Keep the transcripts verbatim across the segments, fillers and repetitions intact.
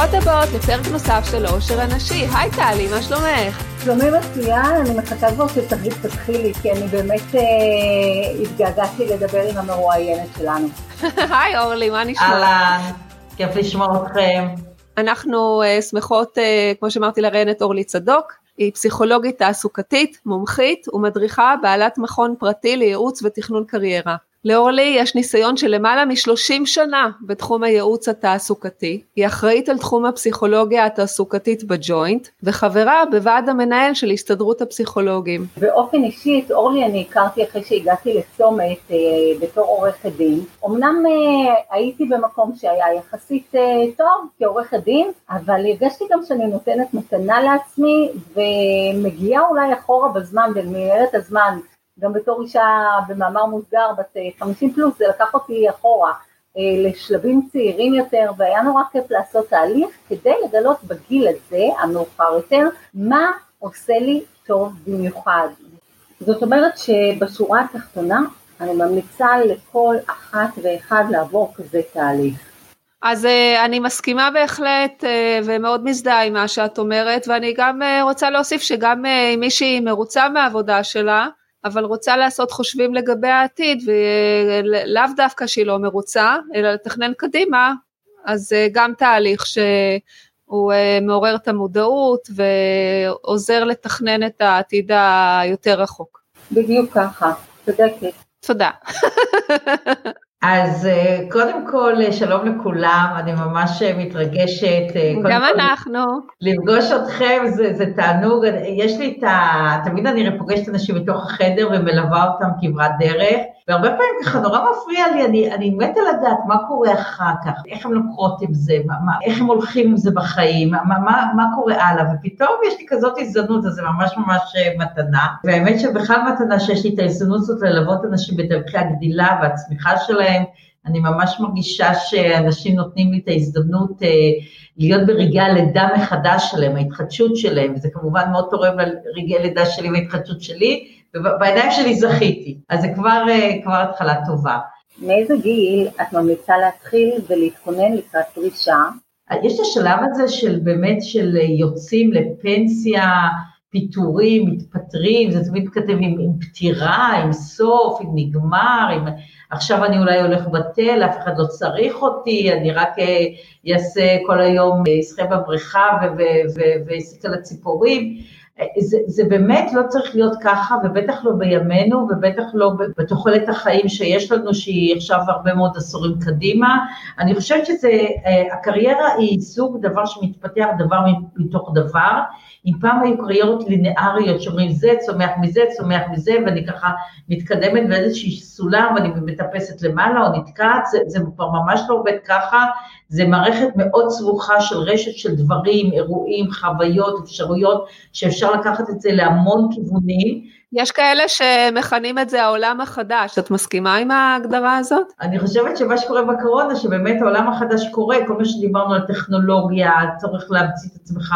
ברוכות הבאות לפרק נוסף של אושר הנשי. היי טלי, מה שלומך? שלומי מצוין, אני מחכה כבר שתגיד תתחילי, כי אני באמת אה, התגעגעתי לדבר עם המרואיינת שלנו. היי אורלי, מה נשמע? אהלן, כיף לשמוע אתכם. אנחנו uh, שמחות, uh, כמו שאמרתי, לראיין את אורלי צדוק, היא פסיכולוגית תעסוקתית, מומחית ומדריכה בעלת מכון פרטי לייעוץ ותכנון קריירה. לאורלי יש ניסיון של למעלה מ-שלושים שנה בתחום הייעוץ התעסוקתי, היא אחראית על תחום הפסיכולוגיה התעסוקתית בג'וינט, וחברה בוועד המנהל של הסתדרות הפסיכולוגים. באופן אישי את אורלי אני הכרתי אחרי שהגעתי לצומת אה, בתור עורכת דין. אמנם אה, הייתי במקום שהיה יחסית אה, טוב כעורכת דין, אבל הרגשתי גם שאני נותנת מתנה לעצמי, ומגיעה אולי אחורה בזמן, במנהלת הזמן, גם בתור אישה במאמר מוסגר בת חמישים פלוס, זה לקח אותי אחורה לשלבים צעירים יותר, והיה נורא כיף לעשות תהליך כדי לגלות בגיל הזה, המאוחר יותר, מה עושה לי טוב במיוחד. זאת אומרת שבשורה התחתונה אני ממליצה לכל אחת ואחד לעבור כזה תהליך. אז אני מסכימה בהחלט ומאוד מזדהה עם מה שאת אומרת, ואני גם רוצה להוסיף שגם אם מישהי מרוצה מהעבודה שלה, אבל רוצה לעשות חושבים לגבי העתיד, ולאו דווקא שהיא לא מרוצה, אלא לתכנן קדימה, אז גם תהליך שהוא מעורר את המודעות, ועוזר לתכנן את העתיד היותר רחוק. בדיוק ככה, צודקת. תודה. אז קודם כל שלום לכולם, אני ממש מתרגשת. גם אנחנו. לפגוש אתכם זה, זה תענוג, יש לי את ה... תמיד אני פוגשת אנשים בתוך החדר ומלווה אותם כברת דרך, והרבה פעמים ככה נורא מפריע לי, אני, אני מתה לדעת מה קורה אחר כך, איך הם לוקחות עם זה, מה, מה, איך הם הולכים עם זה בחיים, מה, מה, מה קורה הלאה, ופתאום יש לי כזאת הזדמנות, אז זה ממש ממש מתנה, והאמת שבכלל מתנה שיש לי את ההזדמנות הזאת ללוות אנשים בדרכי הגדילה והצמיחה שלהם, אני ממש מרגישה שאנשים נותנים לי את ההזדמנות אה, להיות ברגעי הלידה מחדש שלהם, ההתחדשות שלהם, וזה כמובן מאוד תורם לרגעי הלידה שלי וההתחדשות שלי, ובידיים שלי זכיתי, אז זה כבר, אה, כבר התחלה טובה. מאיזה גיל את ממליצה להתחיל ולהתכונן לקראת פרישה? יש את השלב הזה של באמת של יוצאים לפנסיה, פיתורים, מתפטרים, זה תמיד כתב עם, עם פתירה, עם סוף, עם נגמר, עם... עכשיו אני אולי הולך בטל, אף אחד לא צריך אותי, אני רק אעשה כל היום, אשחה בבריכה ואעסיק על הציפורים, זה, זה באמת לא צריך להיות ככה, ובטח לא בימינו, ובטח לא בתוחלת החיים שיש לנו, שהיא עכשיו הרבה מאוד עשורים קדימה. אני חושבת שזה, הקריירה היא סוג דבר שמתפתח דבר מתוך דבר, אם פעם היו קריירות לינאריות, שאומרים זה צומח מזה, צומח מזה, ואני ככה מתקדמת באיזושהי סולם, ואני מטפסת למעלה או נתקעת, זה, זה כבר ממש לא עובד ככה, זה מערכת מאוד סבוכה של רשת של דברים, אירועים, חוויות, אפשרויות, שאפשר לקחת את זה להמון כיוונים. יש כאלה שמכנים את זה העולם החדש, את מסכימה עם ההגדרה הזאת? אני חושבת שמה שקורה בקורונה, שבאמת העולם החדש קורה, כל מה שדיברנו על טכנולוגיה, צורך להמציא את עצמך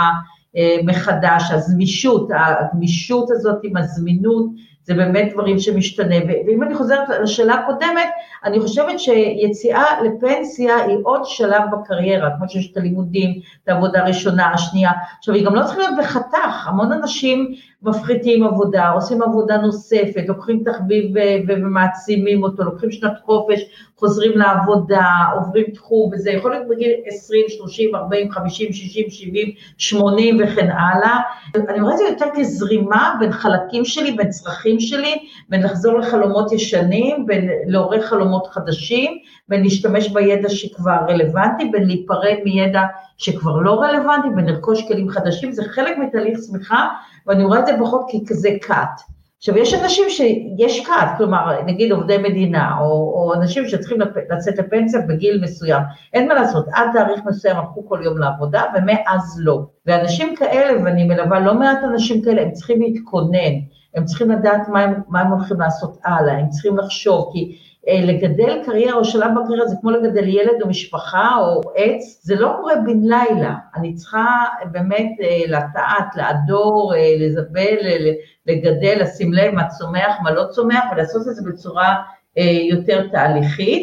מחדש, אז גמישות, הגמישות הזאת עם הזמינות, זה באמת דברים שמשתנה, ואם אני חוזרת לשאלה הקודמת, אני חושבת שיציאה לפנסיה היא עוד שלב בקריירה, כמו שיש את הלימודים, את העבודה הראשונה, השנייה, עכשיו היא גם לא צריכה להיות בחתך, המון אנשים מפחיתים עבודה, עושים עבודה נוספת, לוקחים תחביב ומעצימים אותו, לוקחים שנת חופש, חוזרים לעבודה, עוברים תחום, וזה יכול להיות בגיל עשרים, שלושים, ארבעים, חמישים, שישים, שבעים, שמונים וכן הלאה. אני רואה את זה יותר כזרימה בין חלקים שלי, בין צרכים שלי, בין לחזור לחלומות ישנים, בין לעורר חלומות חדשים, בין להשתמש בידע שכבר רלוונטי, בין להיפרד מידע שכבר לא רלוונטי, בין לרכוש כלים חדשים, זה חלק מתהליך צמיחה, ואני רואה את זה פחות ככזה קאט. עכשיו, יש אנשים שיש קאט, כלומר, נגיד עובדי מדינה, או, או אנשים שצריכים לצאת לפנסיה בגיל מסוים, אין מה לעשות, עד תאריך מסוים הלכו כל יום לעבודה, ומאז לא. ואנשים כאלה, ואני מלווה לא מעט אנשים כאלה, הם צריכים להתכונן, הם צריכים לדעת מה הם, מה הם הולכים לעשות הלאה, הם צריכים לחשוב, כי לגדל קריירה או שלב בקריירה זה כמו לגדל ילד או משפחה או עץ, זה לא קורה בן לילה, אני צריכה באמת לטעת, לעדור, לזבל, לגדל, לשים לב מה צומח, מה לא צומח, ולעשות את זה בצורה יותר תהליכית,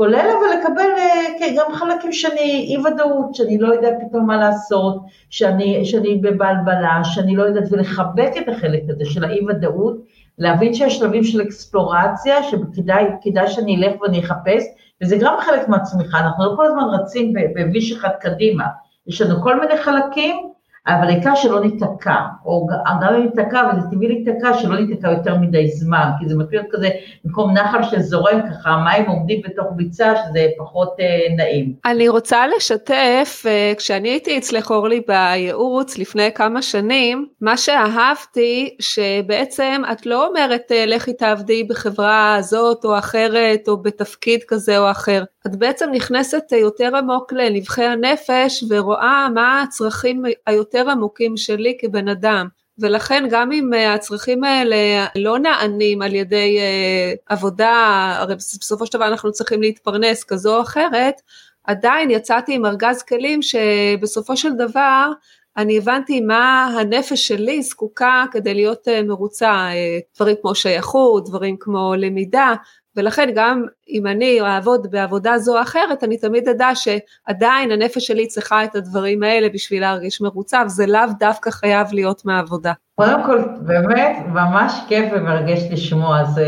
כולל אבל לקבל גם חלקים שאני אי ודאות, שאני לא יודע פתאום מה לעשות, שאני, שאני בבלבלה, שאני לא יודעת, ולחבק את החלק הזה של האי ודאות, להבין שיש שלבים של אקספלורציה, שכדאי כדאי שאני אלך ואני אחפש, וזה גם חלק מהצמיחה, אנחנו לא כל הזמן רצים בביש אחד קדימה, יש לנו כל מיני חלקים, אבל העיקר שלא ניתקע, או גם אם ניתקע, וזה טבעי להיתקע, שלא ניתקע יותר מדי זמן, כי זה מתחיל כזה, במקום נחל שזורם ככה, המים עומדים בתוך ביצה, שזה פחות אה, נעים. אני רוצה לשתף, כשאני הייתי אצלך אורלי בייעוץ לפני כמה שנים, מה שאהבתי, שבעצם את לא אומרת, לכי תעבדי בחברה הזאת או אחרת, או בתפקיד כזה או אחר, את בעצם נכנסת יותר עמוק לנבחי הנפש, ורואה מה הצרכים היותר עמוקים שלי כבן אדם, ולכן גם אם הצרכים האלה לא נענים על ידי עבודה, הרי בסופו של דבר אנחנו צריכים להתפרנס כזו או אחרת, עדיין יצאתי עם ארגז כלים שבסופו של דבר אני הבנתי מה הנפש שלי זקוקה כדי להיות מרוצה, דברים כמו שייכות, דברים כמו למידה, ולכן גם אם אני אעבוד בעבודה זו או אחרת, אני תמיד אדע שעדיין הנפש שלי צריכה את הדברים האלה בשביל להרגיש מרוצה, וזה לאו דווקא חייב להיות מהעבודה. קודם כל, באמת, ממש כיף ומרגש לשמוע, זה,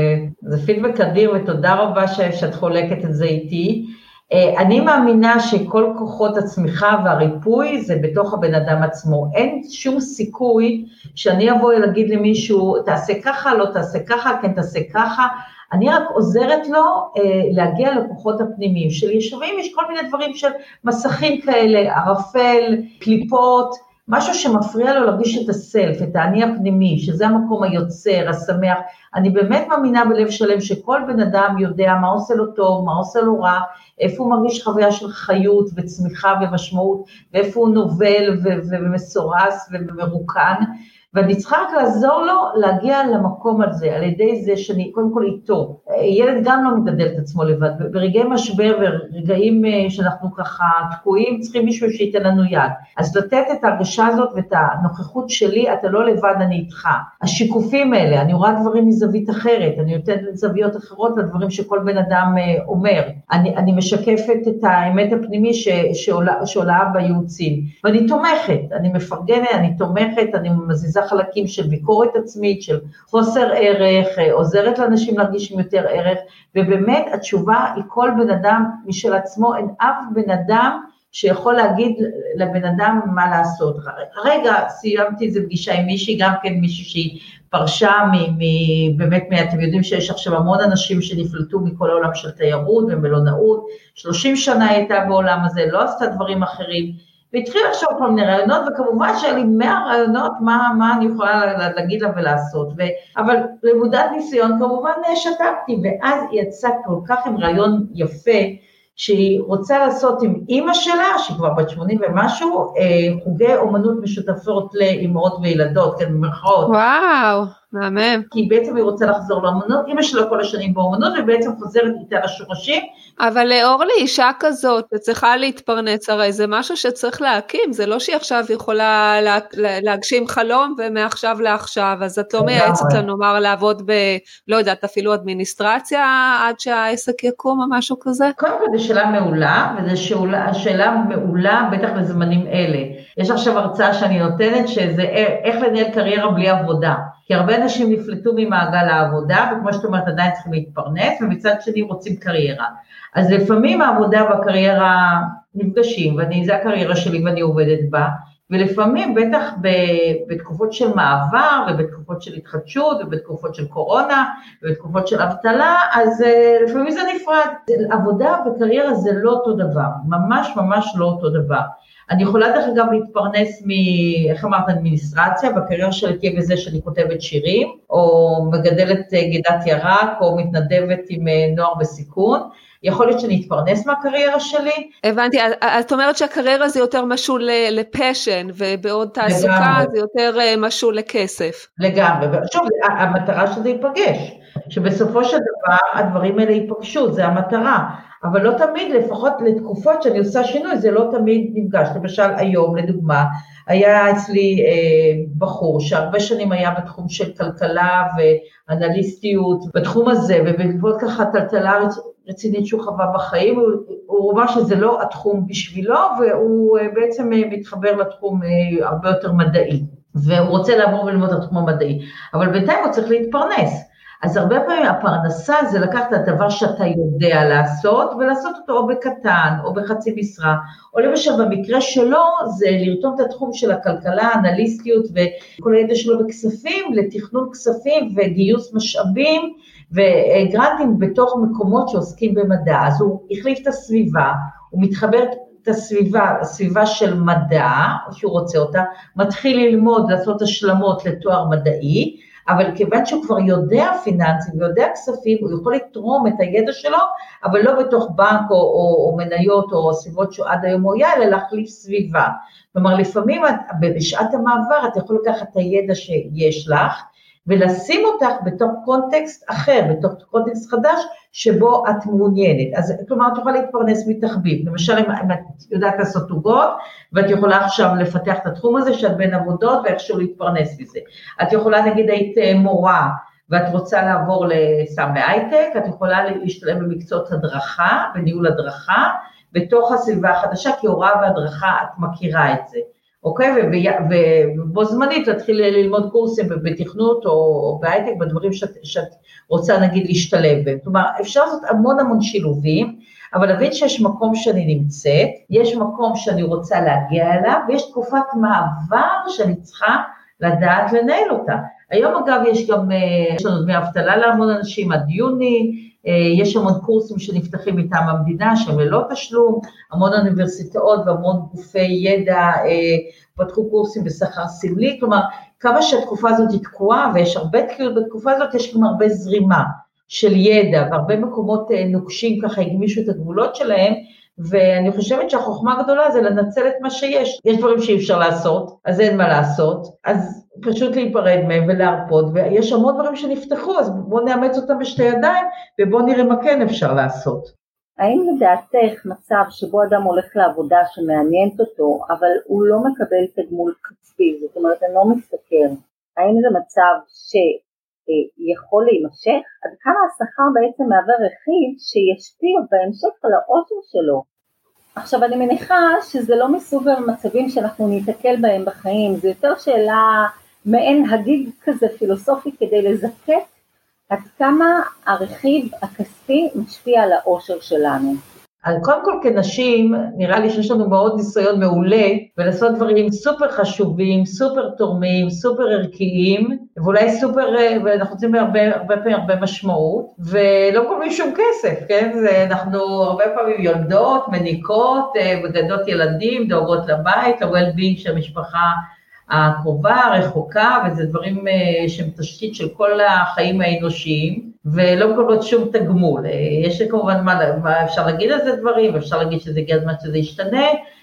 זה פידבק אדיר, ותודה רבה שאת חולקת את זה איתי. אני מאמינה שכל כוחות הצמיחה והריפוי זה בתוך הבן אדם עצמו, אין שום סיכוי שאני אבוא להגיד למישהו, תעשה ככה, לא תעשה ככה, כן תעשה ככה, אני רק עוזרת לו אה, להגיע לכוחות הפנימיים של ישבים, יש כל מיני דברים של מסכים כאלה, ערפל, קליפות, משהו שמפריע לו להרגיש את הסלף, את העני הפנימי, שזה המקום היוצר, השמח, אני באמת מאמינה בלב שלם שכל בן אדם יודע מה עושה לו טוב, מה עושה לו רע, איפה הוא מרגיש חוויה של חיות וצמיחה ומשמעות, ואיפה הוא נובל ומסורס ומרוקן, ואני צריכה רק לעזור לו להגיע למקום הזה, על ידי זה שאני קודם כל איתו, ילד גם לא מגדל את עצמו לבד, ברגעי משבר ורגעים שאנחנו ככה תקועים, צריכים מישהו שייתן לנו יד, אז לתת את ההרגשה הזאת ואת הנוכחות שלי, אתה לא לבד, אני איתך, השיקופים האלה, אני רואה דברים מזווית אחרת, אני נותנת זוויות אחרות לדברים שכל בן אדם אומר, אני, אני משקפת את האמת הפנימי ש, שעולה, שעולה בייעוצים, ואני תומכת, אני מפרגנת, אני תומכת, אני מזיזה חלקים של ביקורת עצמית, של חוסר ערך, עוזרת לאנשים להרגיש עם יותר ערך, ובאמת התשובה היא כל בן אדם משל עצמו, אין אף בן אדם שיכול להגיד לבן אדם מה לעשות. רגע, סיימתי איזו פגישה עם מישהי, גם כן מישהי שהיא פרשה, באמת, אתם יודעים שיש עכשיו המון אנשים שנפלטו מכל העולם של תיירות ומלונאות, שלושים שנה הייתה בעולם הזה, לא עשתה דברים אחרים, והתחיל עכשיו כל מיני רעיונות, וכמובן שהיה לי מאה רעיונות, מה, מה אני יכולה להגיד לה ולעשות, ו... אבל למודת ניסיון כמובן שתקתי, ואז היא יצאה כל כך עם רעיון יפה, שהיא רוצה לעשות עם אמא שלה, שהיא כבר בת שמונים ומשהו, חוגי אומנות משותפות לאמהות וילדות, כן, במרכאות. וואו, מהמם. כי בעצם היא רוצה לחזור לאומנות, אמא שלה כל השנים באומנות, ובעצם חוזרת איתה לשורשים. אבל אורלי, אישה כזאת, צריכה להתפרנץ, הרי זה משהו שצריך להקים, זה לא שהיא עכשיו יכולה לה, להגשים חלום, ומעכשיו לעכשיו, אז את לא מייעצת לנו, נאמר, לעבוד ב, לא יודעת, אפילו אדמיניסטרציה, עד שהעסק יקום או משהו כזה? קודם כל, זו שאלה מעולה, וזו שאלה, שאלה מעולה, בטח לזמנים אלה. יש עכשיו הרצאה שאני נותנת, שזה איך לנהל קריירה בלי עבודה. כי הרבה אנשים נפלטו ממעגל העבודה, וכמו שאת אומרת, עדיין צריכים להתפרנס, ומצד שני רוצים קריירה. אז לפעמים העבודה והקריירה נפגשים, ואני, זה הקריירה שלי ואני עובדת בה, ולפעמים בטח בתקופות של מעבר, ובתקופות של התחדשות, ובתקופות של קורונה, ובתקופות של אבטלה, אז לפעמים זה נפרד. עבודה וקריירה זה לא אותו דבר, ממש ממש לא אותו דבר. אני יכולה דרך אגב להתפרנס מ... איך אמרת, אדמיניסטרציה, בקריירה שלי תהיה בזה שאני כותבת שירים, או מגדלת גידת ירק, או מתנדבת עם נוער בסיכון, יכול להיות שאני אתפרנס מהקריירה שלי. הבנתי, את אומרת שהקריירה זה יותר משהו לפשן, ובעוד תעסוקה זה יותר משהו לכסף. לגמרי, שוב, המטרה שזה ייפגש, שבסופו של דבר הדברים האלה ייפגשו, זה המטרה, אבל לא תמיד, לפחות לתקופות שאני עושה שינוי, זה לא תמיד נפגש. למשל היום, לדוגמה, היה אצלי אה, בחור שהרבה שנים היה בתחום של כלכלה ואנליסטיות, בתחום הזה, ובעקבות ככה טלטלה רצינית שהוא חווה בחיים, הוא, הוא אומר שזה לא התחום בשבילו, והוא בעצם מתחבר לתחום הרבה יותר מדעי, והוא רוצה לעבור וללמוד את התחום המדעי, אבל בינתיים הוא צריך להתפרנס, אז הרבה פעמים הפרנסה זה לקחת את הדבר שאתה יודע לעשות, ולעשות אותו או בקטן, או בחצי משרה, או למשל במקרה שלו, זה לרתום את התחום של הכלכלה, אנליסטיות, וכל הידע שלו בכספים, לתכנון כספים, וגיוס משאבים, וגרנטים בתוך מקומות שעוסקים במדע, אז הוא החליף את הסביבה, הוא מתחבר את הסביבה, הסביבה של מדע, או שהוא רוצה אותה, מתחיל ללמוד, לעשות השלמות לתואר מדעי, אבל כיוון שהוא כבר יודע פיננסים ויודע כספים, הוא יכול לתרום את הידע שלו, אבל לא בתוך בנק או, או, או מניות או סביבות שהוא עד היום הוא היה, אלא להחליף סביבה. כלומר, לפעמים בשעת המעבר אתה יכול לקחת את הידע שיש לך, ולשים אותך בתוך קונטקסט אחר, בתוך קונטקסט חדש, שבו את מעוניינת. אז כלומר, את יכולה להתפרנס מתחביב. למשל, אם את יודעת לעשות עוגות, ואת יכולה עכשיו לפתח את התחום הזה, שאת בין עבודות, ואיכשהו להתפרנס בזה. את יכולה, נגיד, היית מורה, ואת רוצה לעבור לסם בהייטק, את יכולה להשתלם במקצועות הדרכה, בניהול הדרכה, בתוך הסביבה החדשה, כי הוראה והדרכה, את מכירה את זה. אוקיי, ובו זמנית להתחיל ללמוד קורסים בתכנות או בהייטק, בדברים שאת, שאת רוצה נגיד להשתלב בהם. כלומר, אפשר לעשות המון המון שילובים, אבל להבין שיש מקום שאני נמצאת, יש מקום שאני רוצה להגיע אליו, ויש תקופת מעבר שאני צריכה לדעת לנהל אותה. היום אגב יש גם, יש לנו דמי אבטלה להמון אנשים עד יוני, יש המון קורסים שנפתחים מטעם המדינה, שהם ללא תשלום, המון אוניברסיטאות והמון גופי ידע, פתחו קורסים בשכר סמלי, כלומר, כמה שהתקופה הזאת היא תקועה, ויש הרבה תקועות בתקופה הזאת, יש גם הרבה זרימה של ידע, והרבה מקומות נוקשים ככה, הגמישו את הגבולות שלהם, ואני חושבת שהחוכמה הגדולה זה לנצל את מה שיש, יש דברים שאי אפשר לעשות, אז אין מה לעשות, אז פשוט להיפרד מהם ולהרפות, ויש המון דברים שנפתחו, אז בואו נאמץ אותם בשתי ידיים, ובואו נראה מה כן אפשר לעשות. האם לדעתך מצב שבו אדם הולך לעבודה שמעניינת אותו, אבל הוא לא מקבל תגמול כספי, זאת אומרת, אני לא מסתכל, האם זה מצב שיכול להימשך? עד כמה השכר בעצם מהווה רכיב שישפיע בהמשך על האושר שלו? עכשיו אני מניחה שזה לא מסוג המצבים שאנחנו ניתקל בהם בחיים, זה יותר שאלה מעין הגיג כזה פילוסופי כדי לזקק עד כמה הרכיב הכספי משפיע על האושר שלנו. אז קודם כל כנשים, נראה לי שיש לנו מאוד ניסיון מעולה, ולעשות דברים סופר חשובים, סופר תורמים, סופר ערכיים, ואולי סופר, ואנחנו רוצים הרבה, הרבה פעמים הרבה משמעות, ולא קובעים שום כסף, כן? זה, אנחנו הרבה פעמים יולדות, מניקות, מגדלות ילדים, דואגות לבית, ל-well-being של המשפחה הקרובה, הרחוקה, וזה דברים שהם תשתית של כל החיים האנושיים, ולא מקבלות שום תגמול. יש כמובן מה, מה אפשר להגיד על זה דברים, אפשר להגיד שזה הגיע הזמן שזה ישתנה,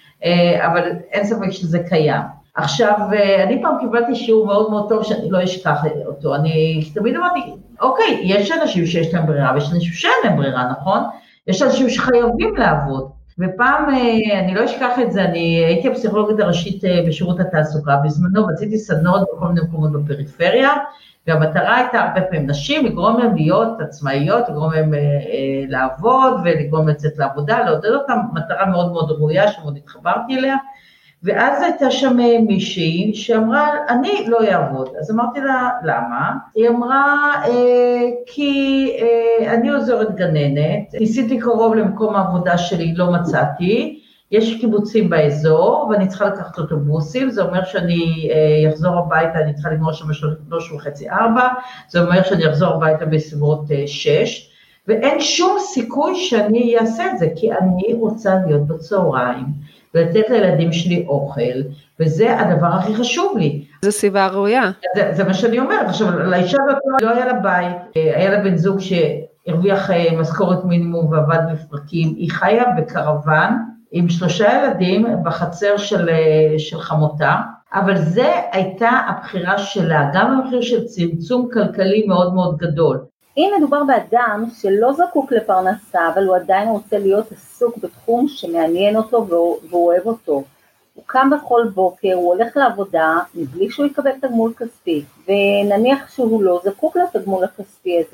אבל אין ספק שזה קיים. עכשיו, אני פעם קיבלתי שיעור מאוד מאוד טוב שאני לא אשכח אותו, אני תמיד אמרתי, אוקיי, יש אנשים שיש להם ברירה, ויש אנשים שאין להם ברירה, נכון? יש אנשים שחייבים לעבוד, ופעם, אני לא אשכח את זה, אני הייתי הפסיכולוגית הראשית בשירות התעסוקה, בזמנו רציתי סדנאות בכל מיני מקומות בפריפריה, והמטרה הייתה הרבה פעמים נשים, לגרום להם להיות עצמאיות, לגרום להם אה, אה, לעבוד, ולגרום לצאת לעבודה, לעודד אותם, מטרה מאוד מאוד ראויה, שמאוד התחברתי אליה, ואז הייתה שם מישהי שאמרה, אני לא אעבוד, אז אמרתי לה, למה? היא אמרה, אה, כי אה, אני עוזרת גננת, ניסיתי קרוב למקום העבודה שלי, לא מצאתי, יש קיבוצים באזור, ואני צריכה לקחת אוטובוסים, זה אומר שאני אחזור הביתה, אני צריכה לגמור שם שלוש וחצי ארבע, זה אומר שאני אחזור הביתה בסביבות שש, ואין שום סיכוי שאני אעשה את זה, כי אני רוצה להיות בצהריים, ולתת לילדים שלי אוכל, וזה הדבר הכי חשוב לי. זו סיבה ראויה. זה, זה מה שאני אומרת, עכשיו, לאישה לא היה לה בית, היה לה בן זוג שהרוויח משכורת מינימום ועבד בפרקים, היא חיה בקרוון, עם שלושה ילדים בחצר של, של חמותה, אבל זה הייתה הבחירה שלה, גם המחיר של צמצום כלכלי מאוד מאוד גדול. אם מדובר באדם שלא זקוק לפרנסה, אבל הוא עדיין רוצה להיות עסוק בתחום שמעניין אותו והוא, והוא אוהב אותו, הוא קם בכל בוקר, הוא הולך לעבודה, מבלי שהוא יקבל תגמול כספי, ונניח שהוא לא זקוק לתגמול הכספי הזה,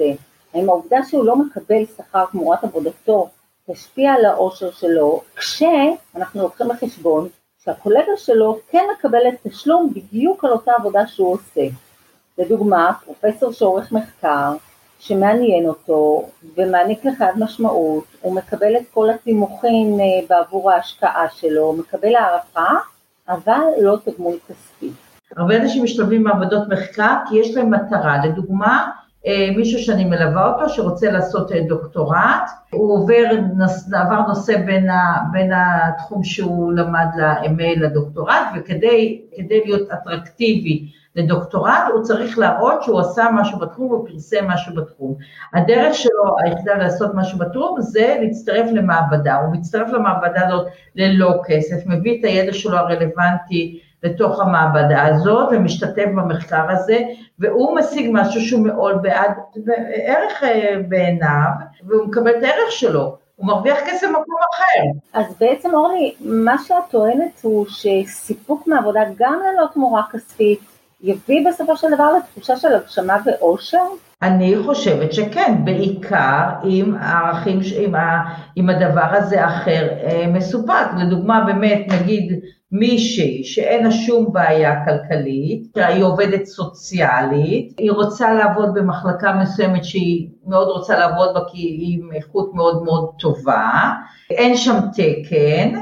האם העובדה שהוא לא מקבל שכר תמורת עבודתו, תשפיע על האושר שלו, כשאנחנו לוקחים לחשבון, שהקולגה שלו כן מקבלת תשלום בדיוק על אותה עבודה שהוא עושה. לדוגמה, פרופסור שעורך מחקר, שמעניין אותו ומעניק לחייו משמעות, הוא מקבל את כל התימוכין בעבור ההשקעה שלו, הוא מקבל הערכה, אבל לא תגמול כספי. הרבה אנשים משתלבים בעבודות מחקר כי יש להם מטרה, לדוגמה, מישהו שאני מלווה אותו שרוצה לעשות דוקטורט, הוא עובר, עבר נושא בין, ה, בין התחום שהוא למד ל-אם איי לדוקטורט, וכדי כדי להיות אטרקטיבי לדוקטורט, הוא צריך להראות שהוא עשה משהו בתחום, הוא פרסם משהו בתחום. הדרך שלו, היחידה לעשות משהו בתחום, זה להצטרף למעבדה, הוא מצטרף למעבדה הזאת ללא כסף, מביא את הידע שלו הרלוונטי, לתוך המעבדה הזאת, ומשתתף במחקר הזה, והוא משיג משהו שהוא מאוד בעד, ערך בעיניו, והוא מקבל את הערך שלו, הוא מרוויח כסף במקום אחר. אז בעצם אורלי, מה שאת טוענת הוא שסיפוק מעבודה גם ללא תמורה כספית, יביא בסופו של דבר לתחושה של הגשמה ואושר? אני חושבת שכן, בעיקר עם הערכים, עם, ה, עם הדבר הזה אחר מסופק. לדוגמה, באמת, נגיד מישהי שאין לה שום בעיה כלכלית, היא עובדת סוציאלית, היא רוצה לעבוד במחלקה מסוימת שהיא מאוד רוצה לעבוד בה כי היא עם איכות מאוד מאוד טובה, אין שם תקן,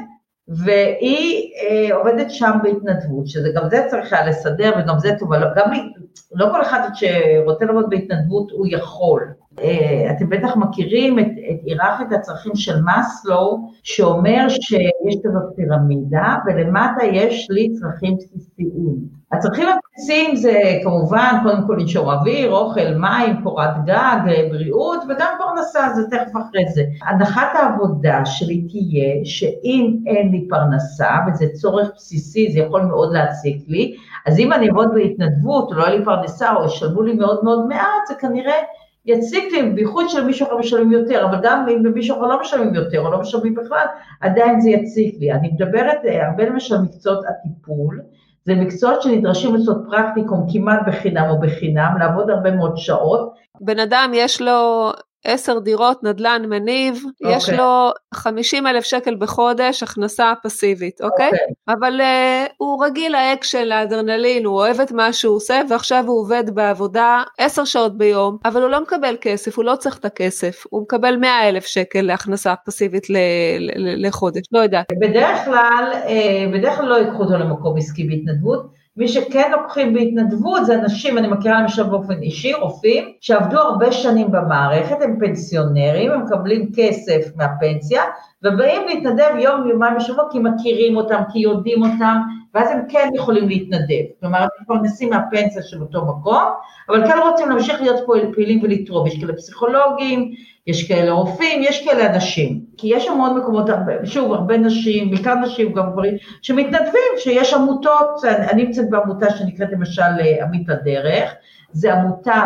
והיא אה, עובדת שם בהתנדבות, שזה גם זה צריך היה לסדר, וגם זה טוב, אבל גם לא כל אחד שרוצה לעבוד בהתנדבות הוא יכול. אה, אתם בטח מכירים את, את היררכיית הצרכים של מאסלו, שאומר שיש כזאת פירמידה, ולמטה יש לי צרכים בסיסיים. הצרכים הבסיסיים זה כמובן, קודם כל לנשום אוויר, אוכל, מים, קורת גג, בריאות, וגם פרנסה, זה תכף אחרי זה. הנחת העבודה שלי תהיה, שאם אין לי פרנסה, וזה צורך בסיסי, זה יכול מאוד להציק לי, אז אם אני אעבוד בהתנדבות, או לא יהיה לי פרנסה, או ישלמו לי מאוד מאוד מעט, זה כנראה יציק לי, בייחוד של מישהו אחר משלמים יותר, אבל גם אם למישהו אחר לא משלמים יותר, או לא משלמים בכלל, עדיין זה יציק לי. אני מדברת הרבה למשל מקצועות הטיפול, זה מקצועות שנדרשים לעשות פרקטיקום כמעט בחינם או בחינם, לעבוד הרבה מאוד שעות. בן אדם יש לו עשר דירות, נדל"ן מניב, okay. יש לו חמישים אלף שקל בחודש, הכנסה פסיבית, אוקיי? Okay? Okay. אבל uh, הוא רגיל לאקשן, לאדרנלין, הוא אוהב את מה שהוא עושה, ועכשיו הוא עובד בעבודה עשר שעות ביום, אבל הוא לא מקבל כסף, הוא לא צריך את הכסף, הוא מקבל מאה אלף שקל להכנסה פסיבית ל- ל- לחודש, לא יודעת. בדרך כלל, בדרך כלל לא יקחו אותו למקום עסקי בהתנדבות, מי שכן לוקחים בהתנדבות זה אנשים, אני מכירה למשל באופן אישי, רופאים, שעבדו הרבה שנים במערכת, הם פנסיונרים, הם מקבלים כסף מהפנסיה, ובאים להתנדב יום יומיים בשבוע, כי מכירים אותם, כי יודעים אותם, ואז הם כן יכולים להתנדב, כלומר, הם מתפרנסים מהפנסיה של אותו מקום, אבל כן רוצים להמשיך להיות פה פעילים ולתרום, יש כאלה פסיכולוגים, יש כאלה רופאים, יש כאלה אנשים, כי יש המון מקומות, שוב, הרבה נשים, בעיקר נשים, גם גברים, שמתנדבים, שיש עמותות, אני נמצאת בעמותה שנקראת למשל עמית לדרך, זה עמותה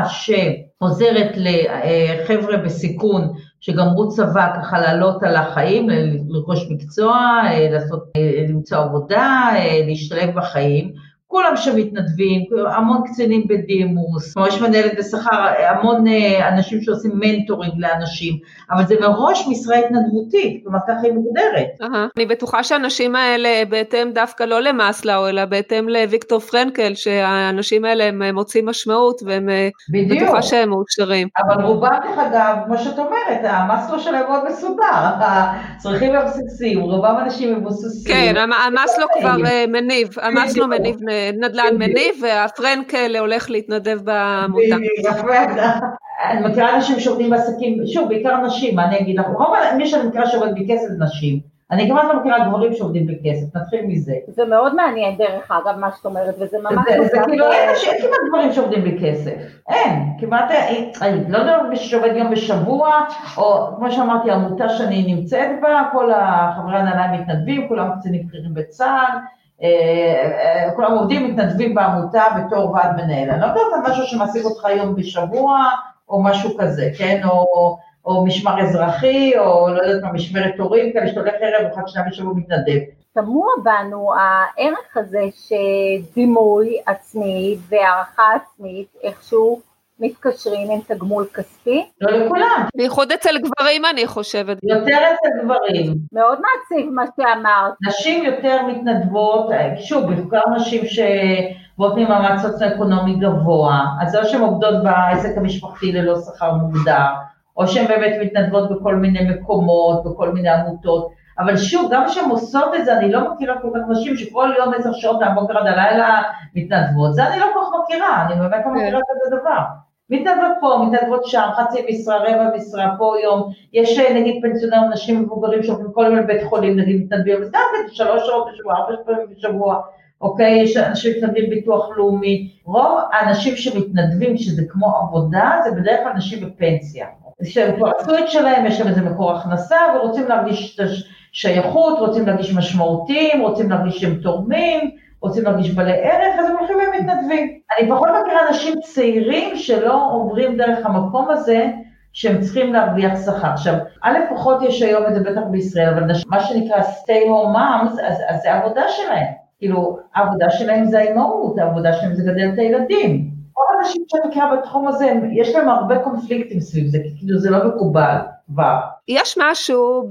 שעוזרת לחבר'ה בסיכון, שגמרו צבא ככה לעלות על החיים, לרכוש מקצוע, לעשות, למצוא עבודה, להשתלב בחיים, כולם שמתנדבים, המון קצינים בדימוס, יש מנהלת בשכר, המון אנשים שעושים מנטורינג לאנשים, אבל זה מראש משרה התנדבותית, כלומר ככה היא מוגדרת. אני בטוחה שהאנשים האלה בהתאם דווקא לא למאסלו, אלא בהתאם לוויקטור פרנקל, שהאנשים האלה הם מוצאים משמעות, והם בטוחה שהם מאושרים. אבל רובם אגב, כמו שאת אומרת, המאסלו שלהם מאוד מסודר, הצרכים הבסיסיים, רובם אנשים מבוססים. כן, המאסלו כבר מניב, המאסלו מניב נדל"ן מניב, והפרנקל הולך להתנדב בעמותה. אני מכירה אנשים שעובדים בעסקים, שוב, בעיקר נשים, אני אגיד לך, מי שאני מכירה שעובד בכסף זה נשים, אני כמעט לא מכירה גברים שעובדים בכסף, נתחיל מזה. זה מאוד מעניין דרך אגב מה שאת אומרת, וזה ממש... זה כאילו, אין כמעט גברים שעובדים בכסף, אין, כמעט, לא יודע מי שעובד יום בשבוע, או כמו שאמרתי, העמותה שאני נמצאת בה, כל החברי הנהלה מתנדבים, כולם קצינים בכירים בצה"ל, כולם עובדים, מתנדבים בעמותה בתור ועד מנהל. אני לא יודעת על משהו שמעסיק אותך יום בשבוע, או משהו כזה, כן? או, או משמר אזרחי, או לא יודעת מה, משמרת הורים, כאלה שתולך ערב, אחד שנה בשבוע מתנדב. תמוה בנו הערך הזה שדימוי עצמי והערכה עצמית, איכשהו מתקשרים עם תגמול כספי. לא לכולם. בייחוד אצל גברים אני חושבת. יותר אצל גברים. מאוד מעציב מה שאמרת. נשים יותר מתנדבות, שוב, בעיקר נשים שבאות ממעמד סוציו-אקונומי גבוה, אז או שהן עובדות בעסק המשפחתי ללא שכר מוגדר, או שהן באמת מתנדבות בכל מיני מקומות, בכל מיני עמותות, אבל שוב, גם כשהן עושות את זה, אני לא מכירה כל כך נשים שכל יום עשר שעות מהבוקר עד הלילה מתנדבות, זה אני לא כל כך מכירה, אני באמת לא מכירה כזה דבר. מתנדבות פה, מתנדבות שם, חצי משרה, רבע משרה, פה יום, יש נגיד פנסיונרים, נשים מבוגרים שהולכים כל יום לבית חולים, נגיד מתנדבים, אז גם שלוש שעות בשבוע, ארבע פעמים בשבוע, אוקיי, יש אנשים מתנדבים ביטוח לאומי, רוב האנשים שמתנדבים שזה כמו עבודה, זה בדרך כלל אנשים בפנסיה, שהם כבר עשו את שלהם, יש להם איזה מקור הכנסה, ורוצים להרגיש שייכות, רוצים להרגיש משמעותיים, רוצים להרגיש שהם תורמים, רוצים להרגיש בעלי ערך, אז הם הולכים ומתנדבים. אני פחות מכירה אנשים צעירים שלא עוברים דרך המקום הזה, שהם צריכים להרוויח שכר. עכשיו, א' פחות יש היום את זה בטח בישראל, אבל מה שנקרא stay home moms, אז, אז זה העבודה שלהם. כאילו, העבודה שלהם זה האימהות, העבודה שלהם זה גדל את הילדים. כל האנשים שאני מכירה בתחום הזה, יש להם הרבה קונפליקטים סביב זה, כאילו זה לא מקובל. כבר. יש משהו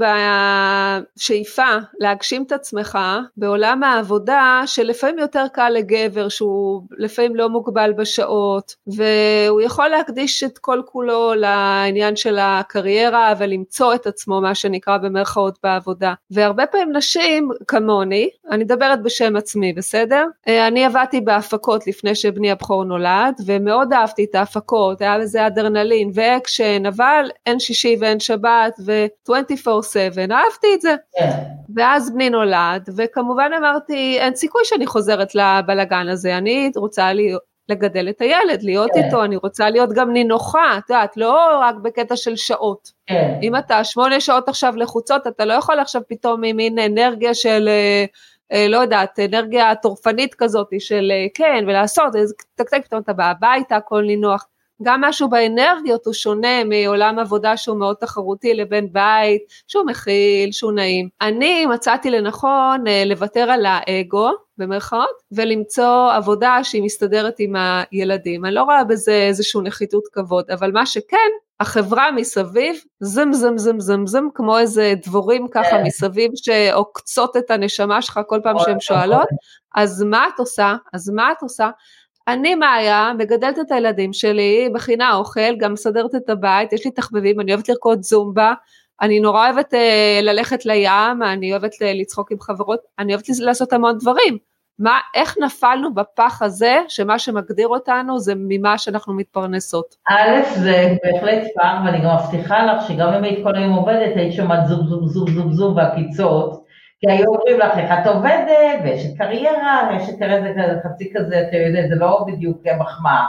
בשאיפה להגשים את עצמך בעולם העבודה שלפעמים יותר קל לגבר שהוא לפעמים לא מוגבל בשעות והוא יכול להקדיש את כל כולו לעניין של הקריירה ולמצוא את עצמו מה שנקרא במרכאות בעבודה והרבה פעמים נשים כמוני, אני מדברת בשם עצמי בסדר? אני עבדתי בהפקות לפני שבני הבכור נולד ומאוד אהבתי את ההפקות, היה לזה אדרנלין ואקשן אבל אין שישי ואין שבת ו-עשרים וארבע שבע, אהבתי את זה. Yeah. ואז בני נולד, וכמובן אמרתי, אין סיכוי שאני חוזרת לבלגן הזה, אני רוצה להיות, לגדל את הילד, להיות yeah. איתו, אני רוצה להיות גם נינוחה, את יודעת, לא רק בקטע של שעות. Yeah. אם אתה שמונה שעות עכשיו לחוצות, אתה לא יכול עכשיו פתאום עם מין אנרגיה של, לא יודעת, אנרגיה תורפנית כזאת, של כן, ולעשות, תקתק פתאום אתה בא הביתה, הכל נינוח. גם משהו באנרגיות הוא שונה מעולם עבודה שהוא מאוד תחרותי לבין בית, שהוא מכיל, שהוא נעים. אני מצאתי לנכון לוותר על האגו, במרכאות, ולמצוא עבודה שהיא מסתדרת עם הילדים. אני לא רואה בזה איזשהו נחיתות כבוד, אבל מה שכן, החברה מסביב, זם זם זם זם זם, כמו איזה דבורים ככה מסביב, שעוקצות את הנשמה שלך כל פעם שהן שואלות, אז מה את עושה? אז מה את עושה? אני מאיה, מגדלת את הילדים שלי, מכינה אוכל, גם מסדרת את הבית, יש לי תחבבים, אני אוהבת לרקוד זומבה, אני נורא אוהבת אה, ללכת לים, אני אוהבת לצחוק עם חברות, אני אוהבת לעשות המון דברים. מה, איך נפלנו בפח הזה, שמה שמגדיר אותנו זה ממה שאנחנו מתפרנסות? א', זה בהחלט פעם, ואני גם מבטיחה לך, שגם אם היית כל היום עובדת, היית שומעת זום זום זום זום זום והקיצות, כי היו אומרים לך, איך את עובדת, ויש את קריירה, ויש את איזה חצי כזה, אתה יודע, זה לא בדיוק מחמאה,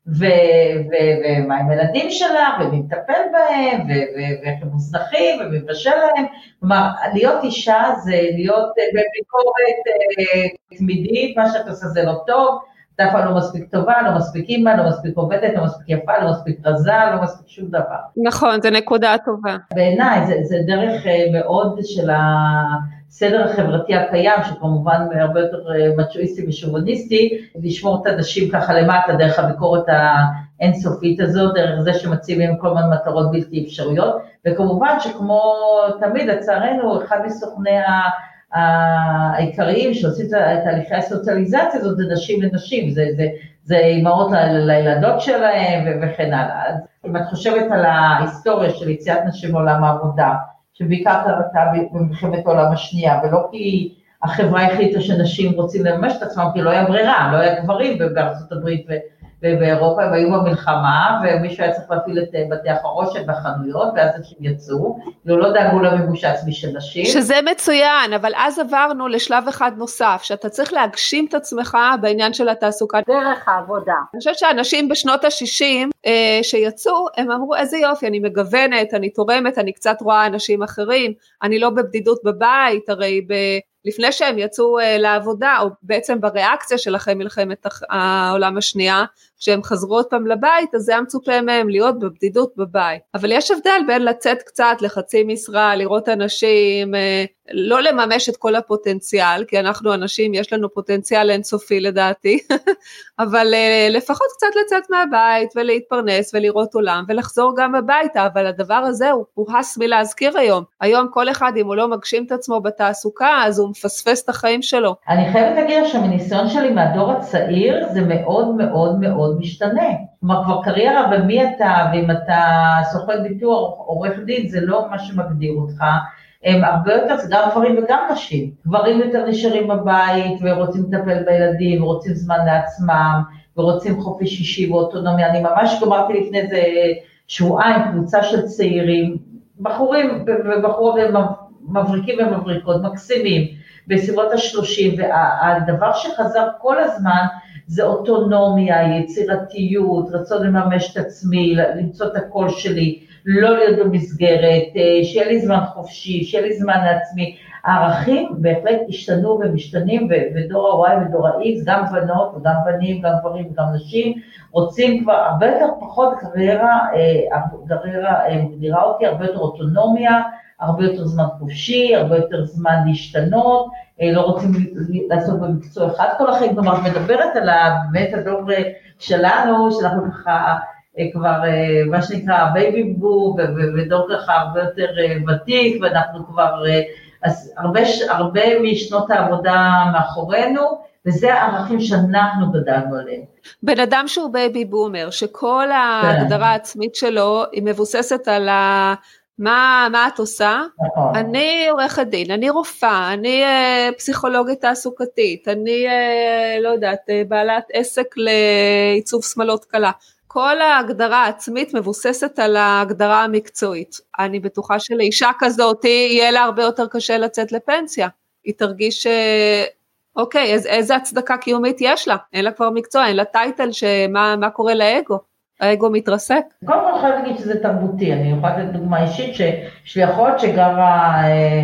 ומה עם ילדים שלך, ומי מטפל בהם, ואיך הם מוזנחים, ומי מבשל להם, כלומר, להיות אישה זה להיות בביקורת תמידית, מה שאת עושה זה לא טוב, אתה אף לא מספיק טובה, לא מספיק אימא, לא מספיק עובדת, לא מספיק יפה, לא מספיק רזה, לא מספיק שום דבר. נכון, זה נקודה טובה. בעיניי, זה, זה דרך מאוד של הסדר החברתי הקיים, שכמובן הרבה יותר מצ'ואיסטי ושוביניסטי, לשמור את הנשים ככה למטה, דרך הביקורת האינסופית הזאת, דרך זה שמציבים כל מיני מטרות בלתי אפשריות, וכמובן שכמו תמיד, לצערנו, אחד מסוכני ה... העיקריים שעושים את תהליכי הסוציאליזציה הזאת, זה נשים לנשים, זה, זה, זה אימהות לילדות שלהם וכן הלאה. אז אם את חושבת על ההיסטוריה של יציאת נשים לעולם העבודה, שבעיקר קרתה במלחמת העולם השנייה, ולא כי החברה החליטה שנשים רוצים לממש את עצמם, כי לא היה ברירה, לא היה גברים בארצות הברית ובאירופה, הם היו במלחמה, ומישהו היה צריך להפעיל את בתי החרושת והחנויות, ואז הם יצאו, ולא דאגו למימוש העצמי של נשים. שזה מצוין, אבל אז עברנו לשלב אחד נוסף, שאתה צריך להגשים את עצמך בעניין של התעסוקה. דרך העבודה. אני חושבת שאנשים בשנות ה-שישים אה, שיצאו, הם אמרו איזה יופי, אני מגוונת, אני תורמת, אני קצת רואה אנשים אחרים, אני לא בבדידות בבית, הרי ב... לפני שהם יצאו uh, לעבודה, או בעצם בריאקציה של אחרי מלחמת העולם השנייה, שהן חזרו פעם לבית, אז זה היה מצופה מהם להיות בבדידות בבית. אבל יש הבדל בין לצאת קצת לחצי משרה, לראות אנשים, לא לממש את כל הפוטנציאל, כי אנחנו אנשים, יש לנו פוטנציאל אינסופי לדעתי, אבל לפחות קצת לצאת מהבית ולהתפרנס ולראות עולם ולחזור גם הביתה, אבל הדבר הזה הוא, הוא הס מלהזכיר היום. היום כל אחד, אם הוא לא מגשים את עצמו בתעסוקה, אז הוא מפספס את החיים שלו. אני חייבת להגיד שמניסיון שלי מהדור הצעיר, זה מאוד מאוד מאוד משתנה. כלומר, כבר קריירה במי אתה, ואם אתה סוכן ביטוח, עורך דין, זה לא מה שמגדיר אותך. הם הרבה יותר, זה גם גברים וגם נשים. גברים יותר נשארים בבית, ורוצים לטפל בילדים, ורוצים זמן לעצמם, ורוצים חופש שישי ואוטונומיה. אני ממש גמרתי לפני זה שבועיים, קבוצה של צעירים, בחורים ובחורות מבריקים ומבריקות, מקסימים, בסביבות השלושים, והדבר שחזר כל הזמן, זה אוטונומיה, יצירתיות, רצון לממש את עצמי, למצוא את הקול שלי, לא להיות במסגרת, שיהיה לי זמן חופשי, שיהיה לי זמן לעצמי. הערכים בהחלט השתנו ומשתנים, ודור ה-Y ודור ה-X, גם בנות וגם בנים, גם גברים וגם נשים, רוצים כבר הרבה יותר פחות קריירה, קריירה מגדירה אותי, הרבה יותר אוטונומיה, הרבה יותר זמן חופשי, הרבה יותר זמן להשתנות, לא רוצים לעשות במקצוע אחד כל החיים. כלומר, את מדברת על באמת הדור שלנו, שאנחנו ככה כבר, מה שנקרא, בייבי בום, ודור ככה הרבה יותר ותיק, ואנחנו כבר אז הרבה, הרבה משנות העבודה מאחורינו, וזה הערכים שאנחנו גדלנו עליהם. בן אדם שהוא בייבי בומר, שכל ההגדרה העצמית שלו היא מבוססת על ה... מה, מה את עושה? נכון. אני עורכת דין, אני רופאה, אני אה, פסיכולוגית תעסוקתית, אני אה, לא יודעת, אה, בעלת עסק לעיצוב שמלות קלה. כל ההגדרה העצמית מבוססת על ההגדרה המקצועית. אני בטוחה שלאישה כזאת יהיה לה הרבה יותר קשה לצאת לפנסיה. היא תרגיש, אוקיי, איז, איזה הצדקה קיומית יש לה? אין לה כבר מקצוע, אין לה טייטל שמה מה קורה לאגו. האגו מתרסק. קודם כל חייב להגיד שזה תרבותי. אני יכולה לתת דוגמה אישית שלי אחות שגרה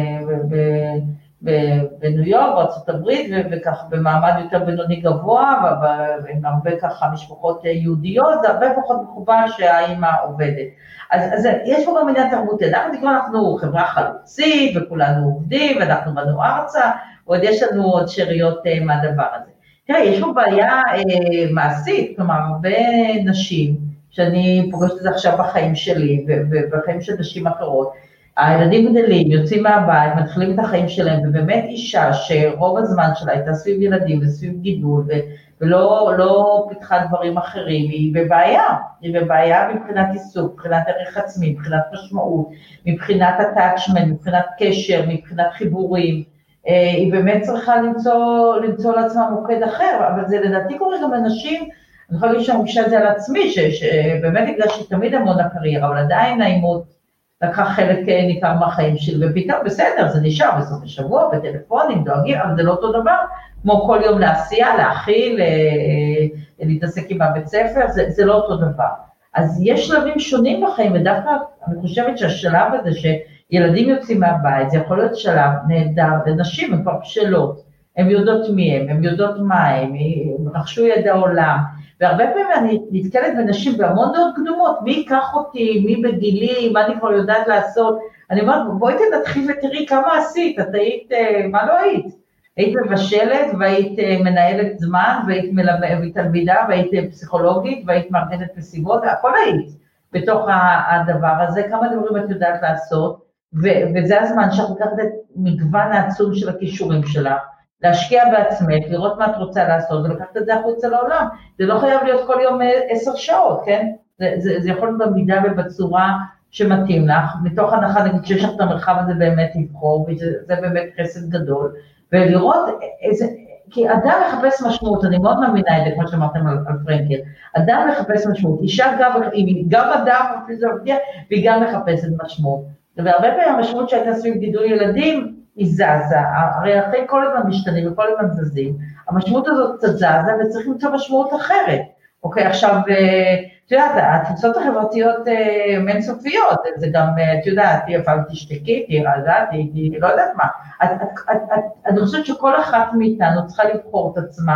בניו יורק, בארצות הברית, וכך במעמד יותר בינוני גבוה, ועם הרבה ככה משפחות יהודיות, זה הרבה פחות מכוון שהאימא עובדת. אז, אז יש פה גם עניין תרבותי, אנחנו אנחנו חברה חלוצית, וכולנו עובדים, ואנחנו בנו ארצה, ועוד יש לנו עוד שאריות מהדבר הזה. תראה, יש פה בעיה אה, מעשית, כלומר, הרבה נשים, שאני פוגשת את זה עכשיו בחיים שלי, ובחיים של נשים אחרות, הילדים גדלים, יוצאים מהבית, מתחילים את החיים שלהם, ובאמת אישה שרוב הזמן שלה הייתה סביב ילדים וסביב גידול, ולא לא פיתחה דברים אחרים, היא בבעיה, היא בבעיה מבחינת עיסוק, מבחינת ערך עצמי, מבחינת משמעות, מבחינת attachment, מבחינת קשר, מבחינת חיבורים, היא באמת צריכה למצוא, למצוא לעצמה מוקד אחר, אבל זה לדעתי קורה גם לנשים, אני יכולה להגיד שאני מרגישה את זה על עצמי, שבאמת הגשתי תמיד המון הקריירה, אבל עדיין האימות, לקחה חלק ניכר מהחיים שלי, ופתאום בסדר, זה נשאר בסוף השבוע, בטלפונים, דואגים, אבל זה לא אותו דבר, כמו כל יום לעשייה, להכיל, להתעסק עם הבית ספר, זה, זה לא אותו דבר. אז יש שלבים שונים בחיים, ודווקא אני חושבת שהשלב הזה, שילדים יוצאים מהבית, זה יכול להיות שלב נהדר, לנשים הן כבר בשלות, הן יודעות מי הם, הן יודעות מה הם, הם רכשו ידע עולם, והרבה פעמים אני נתקלת בנשים בהמון דעות קדומות, מי ייקח אותי, מי בגילי, מה אני כבר יודעת לעשות, אני אומרת, בואי תתחיל ותראי כמה עשית, את היית, מה לא היית? היית מבשלת, והיית מנהלת זמן, והיית תלמידה, והיית פסיכולוגית, והיית מארגנת מסיבות, הכל היית בתוך הדבר הזה, כמה דברים את יודעת לעשות, וזה הזמן שאת לקחת את מגוון העצום של הכישורים שלך, להשקיע בעצמך, לראות מה את רוצה לעשות, ולקחת את זה החוצה לעולם. זה לא חייב להיות כל יום עשר שעות, כן? זה, זה, זה יכול להיות במידה ובצורה שמתאים לך, מתוך הנחה, נגיד שיש לך את המרחב הזה באמת לבחור, וזה באמת חסד גדול, ולראות איזה, כי אדם מחפש משמעות, אני מאוד מאמינה את זה, כמו שאמרתם על, על פרנקל, אדם מחפש משמעות, אישה גם, היא גם אדם, והיא גם מחפשת משמעות, והרבה פעמים המשמעות שהייתה סביב גידול ילדים, היא זזה, הרי אחרי כל הזמן משתנים וכל הזמן זזים, המשמעות הזאת קצת זזה וצריך למצוא משמעות אחרת, אוקיי, עכשיו, את יודעת, התפוצות החברתיות הן אינסופיות, זה גם, את יודעת, תהיה פעם תשתקי, תהיה רגע, תהיה לא יודעת מה, אני חושבת שכל אחת מאיתנו צריכה לבחור את עצמה,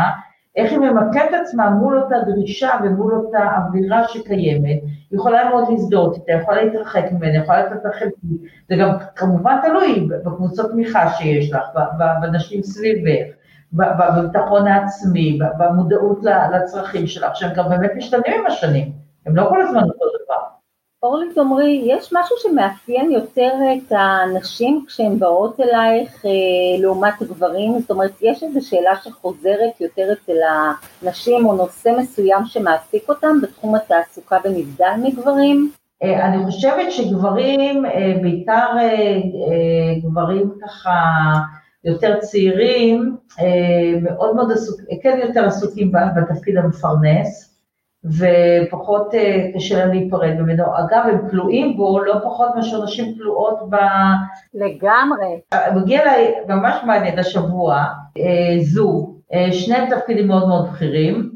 איך היא ממקמת את עצמה מול אותה דרישה ומול אותה אווירה שקיימת, היא יכולה מאוד להזדהות איתה, יכולה להתרחק ממנה, יכולה לתת לה חלקי, זה גם כמובן תלוי בקבוצות תמיכה שיש לך, בנשים סביבך, בביטחון העצמי, במודעות לצרכים שלך, שהם גם באמת משתנים עם השנים, הם לא כל הזמן אותו דבר. אורלי תאמרי, יש משהו שמאפיין יותר את הנשים כשהן באות אלייך לעומת הגברים? זאת אומרת, יש איזו שאלה שחוזרת יותר אצל הנשים או נושא מסוים שמעסיק אותם בתחום התעסוקה ונבדל מגברים? אני חושבת שגברים, בעיקר גברים ככה יותר צעירים, מאוד מאוד עסוקים, כן יותר עסוקים בתפקיד המפרנס, ופחות קשה לה להיפרד ממנו. אגב, הם כלואים בו, לא פחות מאשר נשים כלואות ב... לגמרי. מגיע לה ממש מעניין השבוע, זוג, שניהם תפקידים מאוד מאוד בכירים,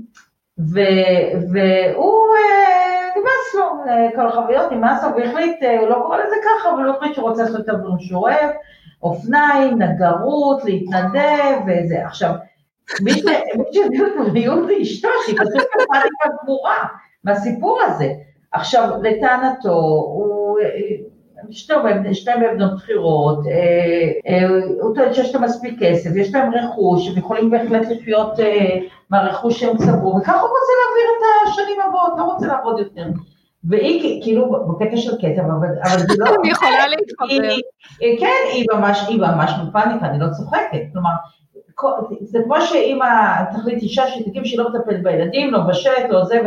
והוא נמאס לו, כל החוויות נמאס לו, והחליט, הוא לא קורא לזה ככה, אבל הוא החליט שהוא רוצה לעשות יותר דברים שהוא אוהב, אופניים, נגרות, להתנדב וזה. עכשיו, מי שהביא אותו ליום זה אשתו, שהיא פשוט פניקה גמורה מהסיפור הזה. עכשיו, לטענתו, הוא, שתיים בבנות בחירות, הוא טוען שיש להם מספיק כסף, יש להם רכוש, הם יכולים בהחלט לחיות מהרכוש שהם צברו, וככה הוא רוצה להעביר את השנים הבאות, לא רוצה לעבוד יותר. והיא כאילו בקטע של קטע, אבל זה לא... אני יכולה להתחבר. כן, היא ממש בפניקה, אני לא צוחקת, כלומר, זה כמו שאמא תחליט אישה שתקים שהיא לא מטפלת בילדים, לא בשלט, לא זה,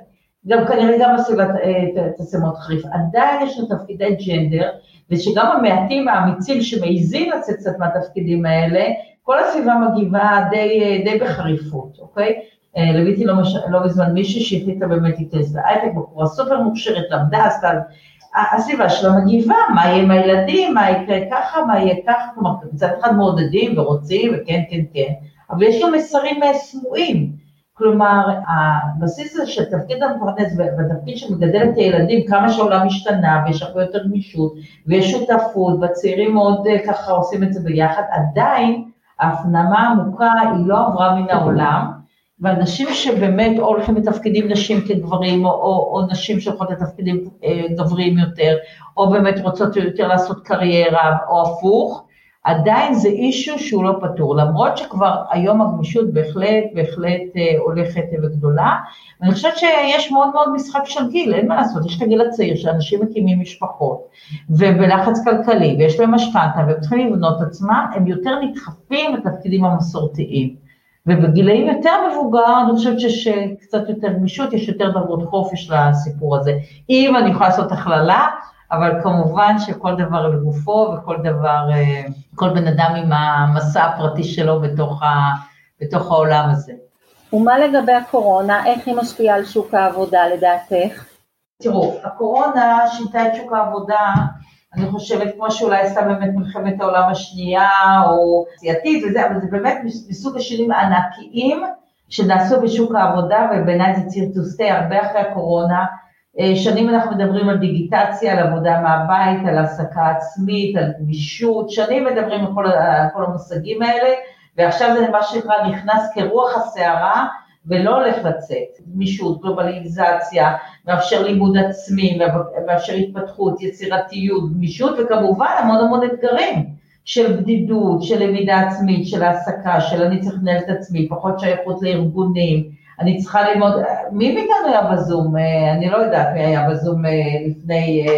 גם כנראה גם הסביבה תעשה מאוד חריף. עדיין יש לנו תפקידי ג'נדר, ושגם המעטים האמיצים שמעיזים לצאת קצת מהתפקידים האלה, כל הסביבה מגיבה די, די בחריפות, אוקיי? לביתי לא, מש... לא בזמן מישהי שהחליטה באמת להתייחס להייטק, בחורה סופר מוכשרת, למדה, עשתה, הסביבה שלה מגיבה, מה יהיה עם הילדים, מה יקרה ככה, מה יהיה ככה, כלומר, קצת אחד מעודדים ורוצים, וכן, כן, כן, אבל יש גם מסרים סמויים, כלומר, הבסיס הזה של תפקיד המפרנס, והתפקיד שמגדל את הילדים, כמה שהעולם משתנה, ויש הרבה יותר גמישות, ויש שותפות, והצעירים מאוד ככה עושים את זה ביחד, עדיין, ההפנמה העמוקה היא לא עברה מן העולם, ואנשים שבאמת או הולכים לתפקידים נשים כגברים, או, או, או נשים שהולכות לתפקידים אה, גברים יותר, או באמת רוצות יותר לעשות קריירה, או הפוך, עדיין זה אישו שהוא לא פתור, למרות שכבר היום הגמישות בהחלט, בהחלט אה, הולכת וגדולה, ואני חושבת שיש מאוד מאוד משחק של גיל, אין מה לעשות, יש את הגיל הצעיר שאנשים מקימים משפחות, ובלחץ כלכלי, ויש להם משכנתא, והם צריכים לבנות עצמם, הם יותר נדחפים לתפקידים המסורתיים, ובגילאים יותר מבוגר, אני חושבת שיש קצת יותר גמישות, יש יותר דרגות חופש לסיפור הזה. אם אני יכולה לעשות הכללה, אבל כמובן שכל דבר לגופו, וכל דבר, כל בן אדם עם המסע הפרטי שלו בתוך, ה, בתוך העולם הזה. ומה לגבי הקורונה? איך היא משפיעה על שוק העבודה לדעתך? תראו, הקורונה שינתה את שוק העבודה, אני חושבת כמו שאולי עשה באמת מלחמת העולם השנייה, או סייתית וזה, אבל זה באמת מסוג השינויים הענקיים, שנעשו בשוק העבודה, ובעיניי זה ציר תוסטי, הרבה אחרי הקורונה, שנים אנחנו מדברים על דיגיטציה, על עבודה מהבית, על העסקה עצמית, על גמישות, שנים מדברים על כל, על כל המושגים האלה, ועכשיו זה מה שנקרא נכנס כרוח הסערה, ולא הולך לצאת, גמישות, גלובליזציה, מאפשר לימוד עצמי, מאפשר התפתחות, יצירתיות, גמישות, וכמובן המון המון אתגרים של בדידות, של למידה עצמית, של העסקה, של אני צריך לנהל את עצמי, פחות שייכות לארגונים, אני צריכה ללמוד, מי מאיתנו היה בזום? אני לא יודעת מי היה בזום לפני,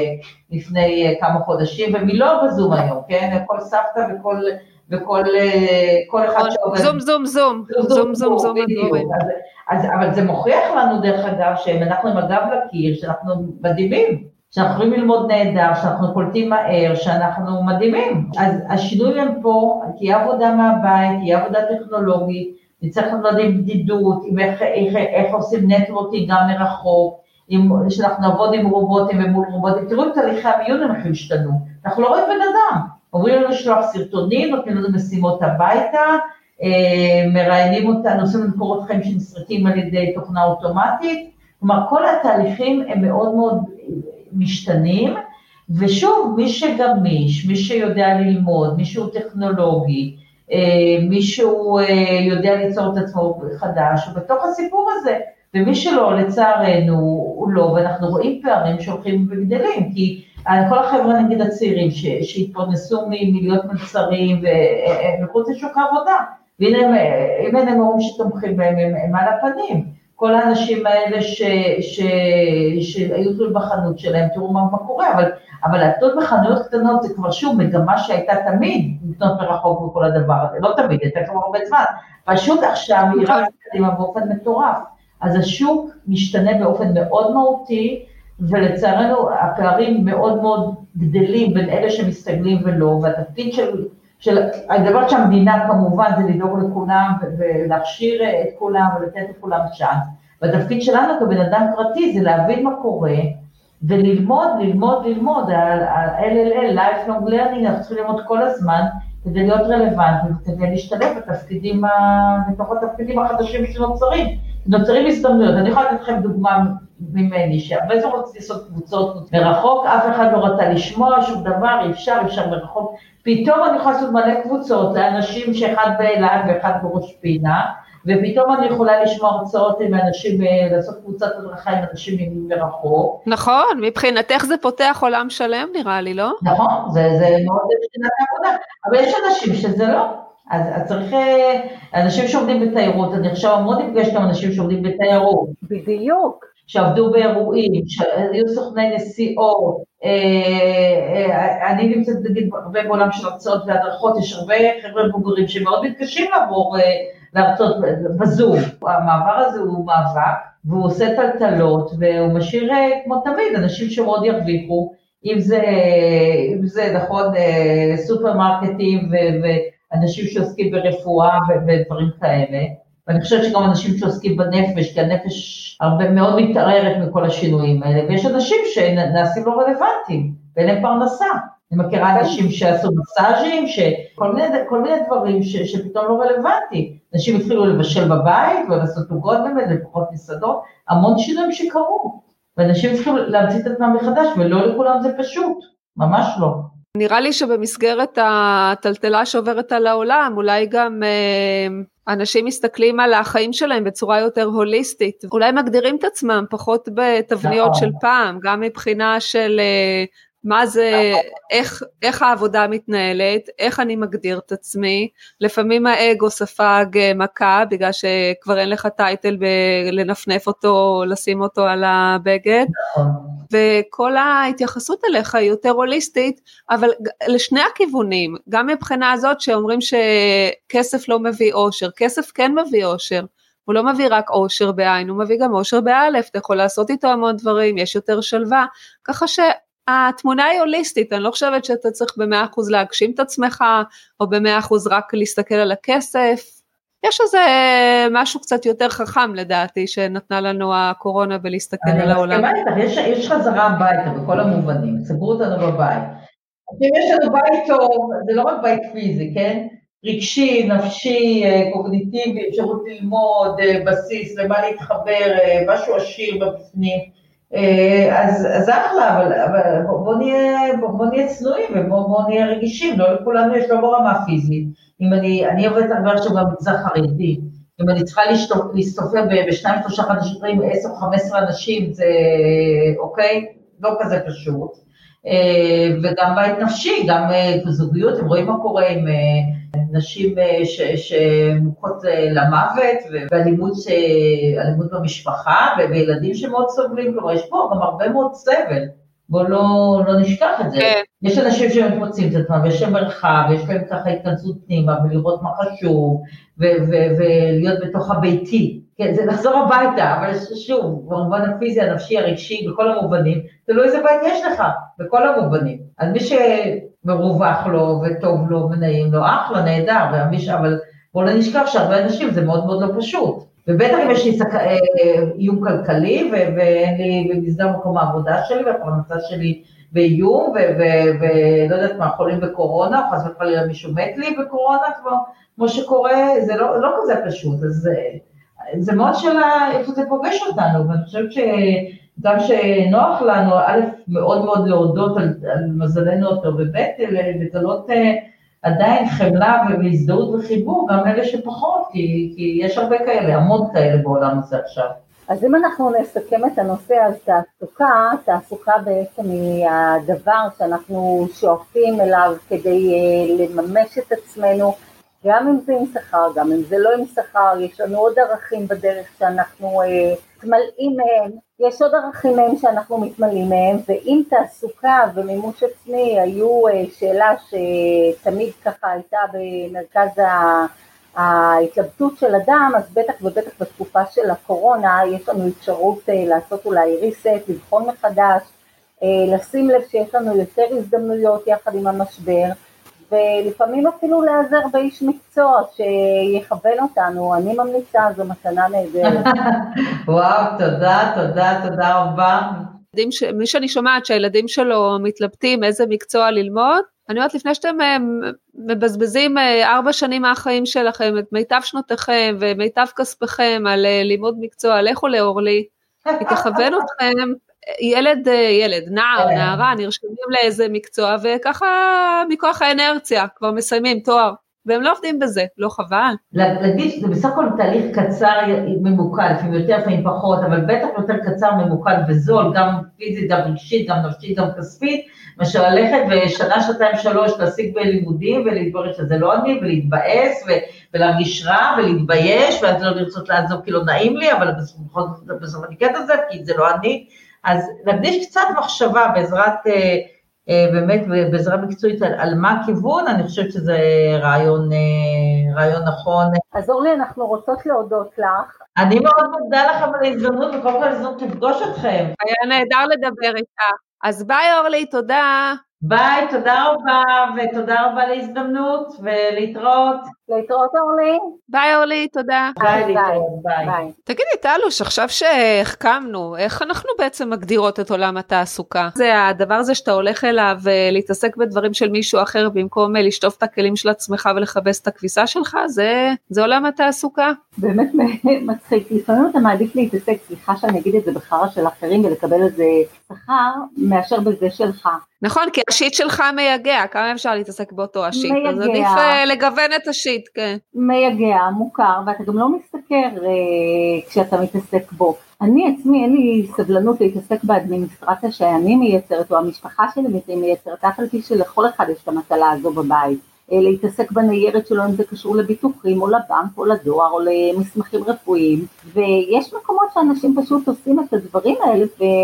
לפני כמה חודשים, ומי לא בזום היום, כן? כל סבתא וכל... וכל כל אחד שעובד... זום, זום, זום, זום, זום, זום, אז, אבל זה מוכיח לנו דרך אגב, שאנחנו עם הגב לקיר, שאנחנו מדהימים, שאנחנו יכולים ללמוד נהדר, שאנחנו קולטים מהר, שאנחנו מדהימים. אז השינוי הם פה, תהיה עבודה מהבית, תהיה עבודה טכנולוגית, נצטרך ללמוד עם בדידות, עם איך, איך, איך עושים נטוורקינג גם מרחוק, עם, שאנחנו נעבוד עם רובוטים ומול רובוטים, תראו את תהליכי המיון הם הכי השתנו, אנחנו לא רואים בן אדם. אומרים לנו לשלוח סרטונים, נותנים לנו משימות הביתה, מראיינים אותנו, עושים לנו קורות חיים שנסרטים על ידי תוכנה אוטומטית, כלומר כל התהליכים הם מאוד מאוד משתנים, ושוב מי שגמיש, מי שיודע ללמוד, מי שהוא טכנולוגי, מישהו יודע ליצור את עצמו חדש, הוא בתוך הסיפור הזה, ומי שלא, לצערנו, הוא לא, ואנחנו רואים פערים שהולכים וגדלים, כי כל החבר'ה נגיד הצעירים שהתפרנסו מלהיות מלצרים ומחוץ לשוק העבודה, והנה אם אין הם הורים שתומכים בהם, הם על הפנים. כל האנשים האלה שהיו תלוי בחנות שלהם, תראו מה קורה, אבל, אבל התלות בחנויות קטנות זה כבר שוב מגמה שהייתה תמיד לקנות מרחוק וכל הדבר הזה, לא תמיד, הייתה כבר הרבה זמן, פשוט עכשיו היא רק קדימה באופן מטורף. אז השוק משתנה באופן מאוד מהותי, ולצערנו הפערים מאוד מאוד גדלים בין אלה שמסתגלים ולא, והתפקיד של, של הדבר שהמדינה כמובן זה לדאוג לכולם ולהכשיר את כולם ולתת את כולם צ'אנס, והתפקיד שלנו כבן אדם פרטי זה להבין מה קורה, וללמוד, ללמוד, ללמוד, ה-אל אל אל, Lifelong Learning, אנחנו צריכים ללמוד כל הזמן, כדי להיות רלוונטיים, כדי להשתלב בתפקידים, בתוך התפקידים החדשים שנוצרים, נוצרים הזדמנויות. אני יכולה לתת לכם דוגמה ממני, שהרבה זו רוצים לעשות קבוצות מרחוק, אף אחד לא רצה לשמוע שום דבר, אפשר, אפשר מרחוק, פתאום אני יכולה לעשות מלא קבוצות, לאנשים שאחד באילת ואחד בראש פינה, ופתאום אני יכולה לשמוע הרצאות עם אנשים, לעשות קבוצת הדרכה עם אנשים מרחוק. נכון, מבחינתך זה פותח עולם שלם נראה לי, לא? נכון, זה, זה מאוד מבחינת העבודה, אבל יש אנשים שזה לא. אז, אז צריך, אנשים שעובדים בתיירות, אני חושב המון נפגש גם אנשים שעובדים בתיירות. בדיוק. שעבדו באירועים, שהיו סוכני נסיעות, אני נמצאת נגיד הרבה בעולם של הרצאות והדרכות, יש הרבה חבר'ה בוגרים שמאוד מתקשים לעבור להרצאות בזום. המעבר הזה הוא מאבק, והוא עושה טלטלות, והוא משאיר כמו תמיד, אנשים שמאוד ירוויחו, אם זה, אם זה נכון, סופרמרקטים ואנשים שעוסקים ברפואה ודברים כאלה, ואני חושבת שגם אנשים שעוסקים בנפש, כי הנפש הרבה מאוד מתערערת מכל השינויים האלה, ויש אנשים שנעשים לא רלוונטיים, ואין להם פרנסה. אני מכירה אנשים שעשו מסאז'ים, שכל מיני, כל מיני דברים ש, שפתאום לא רלוונטיים. אנשים התחילו לבשל בבית, ולעשות עוגות באמת, לפחות מסעדות, המון שינויים שקרו, ואנשים צריכים להמציא את עצמם מחדש, ולא לכולם זה פשוט, ממש לא. נראה לי שבמסגרת הטלטלה שעוברת על העולם, אולי גם אנשים מסתכלים על החיים שלהם בצורה יותר הוליסטית, אולי מגדירים את עצמם פחות בתבניות של פעם, גם מבחינה של מה זה, איך, איך העבודה מתנהלת, איך אני מגדיר את עצמי, לפעמים האגו ספג מכה, בגלל שכבר אין לך טייטל לנפנף אותו, לשים אותו על הבגד, וכל ההתייחסות אליך היא יותר הוליסטית, אבל לשני הכיוונים, גם מבחינה הזאת שאומרים שכסף לא מביא אושר, כסף כן מביא אושר, הוא לא מביא רק אושר בעין, הוא מביא גם אושר באלף, אתה יכול לעשות איתו המון דברים, יש יותר שלווה, ככה שהתמונה היא הוליסטית, אני לא חושבת שאתה צריך במאה אחוז להגשים את עצמך, או במאה אחוז רק להסתכל על הכסף, יש איזה משהו קצת יותר חכם לדעתי, שנתנה לנו הקורונה בלהסתכל על העולם. אני מסכימה איתך, יש חזרה הביתה בכל המובנים, סגרו אותנו בבית. אם יש לנו בית טוב, זה לא רק בית פיזי, כן? רגשי, נפשי, קוגניטיבי, אפשרות ללמוד, בסיס, למה להתחבר, משהו עשיר בפנים, אז, אז אחלה, אבל, אבל בוא, בוא, נהיה, בוא, בוא נהיה צנועים ובוא בוא נהיה רגישים, לא לכולנו יש לא ברמה פיזית. אם אני, אני עובדת הרבה עכשיו במגזר חרדי, אם אני צריכה להסתופר בשניים שלושה חודשים, עשר או חמש עשרה אנשים, זה אוקיי, לא כזה פשוט. וגם בית נפשי, גם בזוגיות, הם רואים מה קורה עם נשים שמוכות למוות, ואלימות במשפחה, וילדים שמאוד סובלים, כלומר יש פה גם הרבה מאוד סבל, בואו לא, לא נשכח את זה. יש אנשים שמתמוצאים את עצמם, ויש שם מרחב, ויש להם ככה התכנסות פנימה, ולראות מה חשוב, ולהיות בתוך הביתי. כן, זה לחזור הביתה, אבל שוב, במובן הפיזי, הנפשי, הרגשי, בכל המובנים, תלוי איזה בית יש לך, בכל המובנים. אז מי שמרווח לו, וטוב לו, ונעים לו, אחלה, נהדר, אבל בואו לא נשכח שהרבה אנשים, זה מאוד מאוד לא פשוט. ובטח אם יש לי איום כלכלי, ואין לי במסדר מקום העבודה שלי, והפרנסה שלי באיום, ולא יודעת מה, חולים בקורונה, או חס וחלילה מישהו מת לי בקורונה, כמו שקורה, זה לא כזה פשוט, אז זה מאוד שאלה איפה זה פוגש אותנו, ואני חושבת שגם שנוח לנו, א', מאוד מאוד להודות על, על מזלנו אותו, וב', לגלות עדיין חמלה והזדהות וחיבור, גם אלה שפחות, כי, כי יש הרבה כאלה, המון כאלה בעולם הזה עכשיו. אז אם אנחנו נסכם את הנושא, אז תעסוקה, תעסוקה בעצם היא הדבר שאנחנו שואפים אליו כדי לממש את עצמנו, גם אם זה עם שכר, גם אם זה לא עם שכר, יש לנו עוד ערכים בדרך שאנחנו מתמלאים מהם, יש עוד ערכים מהם שאנחנו מתמלאים מהם, ואם תעסוקה ומימוש עצמי היו שאלה שתמיד ככה הייתה במרכז ההתלבטות של אדם, אז בטח ובטח בתקופה של הקורונה יש לנו אפשרות לעשות אולי ריסט, לבחון מחדש, לשים לב שיש לנו יותר הזדמנויות יחד עם המשבר, ולפעמים אפילו לעזר באיש מקצוע שיכוון אותנו. אני ממליצה, זו מתנה נהדרת. וואו, תודה, תודה, תודה רבה. מי שאני שומעת שהילדים שלו מתלבטים איזה מקצוע ללמוד, אני אומרת, לפני שאתם מבזבזים ארבע שנים מהחיים שלכם, את מיטב שנותיכם ומיטב כספכם על לימוד מקצוע, לכו לאורלי, היא תכוון אתכם, ילד, ילד, נער, נערה, נרשמים לאיזה מקצוע, וככה מכוח האנרציה, כבר מסיימים תואר, והם לא עובדים בזה, לא חבל. להגיד שזה בסך הכל תהליך קצר ממוקד, לפעמים יותר, לפעמים פחות, אבל בטח יותר קצר ממוקד וזול, גם פיזית, גם רגשית, גם נפשית, גם כספית, מאשר ללכת ושנה, שנתיים, שלוש, להשיג בלימודים, ולהתברר שזה לא אני, ולהתבאס, ולהרגיש רע, ולהתבייש, ואז לא לרצות לעזוב כי לא נעים לי, אבל בסוף אני כן עזב, כי זה לא אני. אז להקדיש קצת מחשבה בעזרת, באמת בעזרה מקצועית על, על מה הכיוון, אני חושבת שזה רעיון, רעיון נכון. אז אורלי, אנחנו רוצות להודות לך. אני מאוד מודה לכם על ההזדמנות, וכל כך הזדמנות לפגוש אתכם. היה נהדר לדבר איתה. אז ביי אורלי, תודה. ביי, תודה רבה, ותודה רבה להזדמנות, ולהתראות. להתראות אורלי. ביי אורלי, תודה. ביי, להתראות, ביי. תגידי, תלוש, עכשיו שהחכמנו, איך אנחנו בעצם מגדירות את עולם התעסוקה? זה הדבר הזה שאתה הולך אליו להתעסק בדברים של מישהו אחר, במקום לשטוף את הכלים של עצמך ולחבס את הכביסה שלך, זה, זה עולם התעסוקה? באמת מצחיק, לפעמים אתה מעדיף להתעסק, סליחה שאני אגיד את זה בחרה של אחרים ולקבל איזה שכר, מאשר בזה שלך. נכון, כי השיט שלך מייגע, כמה אפשר להתעסק באותו השיט? מייגע. אז עדיף לגוון את השיט, כן. מייגע, מוכר, ואתה גם לא מסתכל אה, כשאתה מתעסק בו. אני עצמי, אין לי סבלנות להתעסק באדמיניסטרציה שאני מייצרת, או המשפחה שלי מייצרת, אף על פי שלכל אחד יש את המטלה הזו בבית. להתעסק בניירת שלו, אם זה קשור לביטוחים, או לבנק, או לדואר, או למסמכים רפואיים, ויש מקומות שאנשים פשוט עושים את הדברים האלה,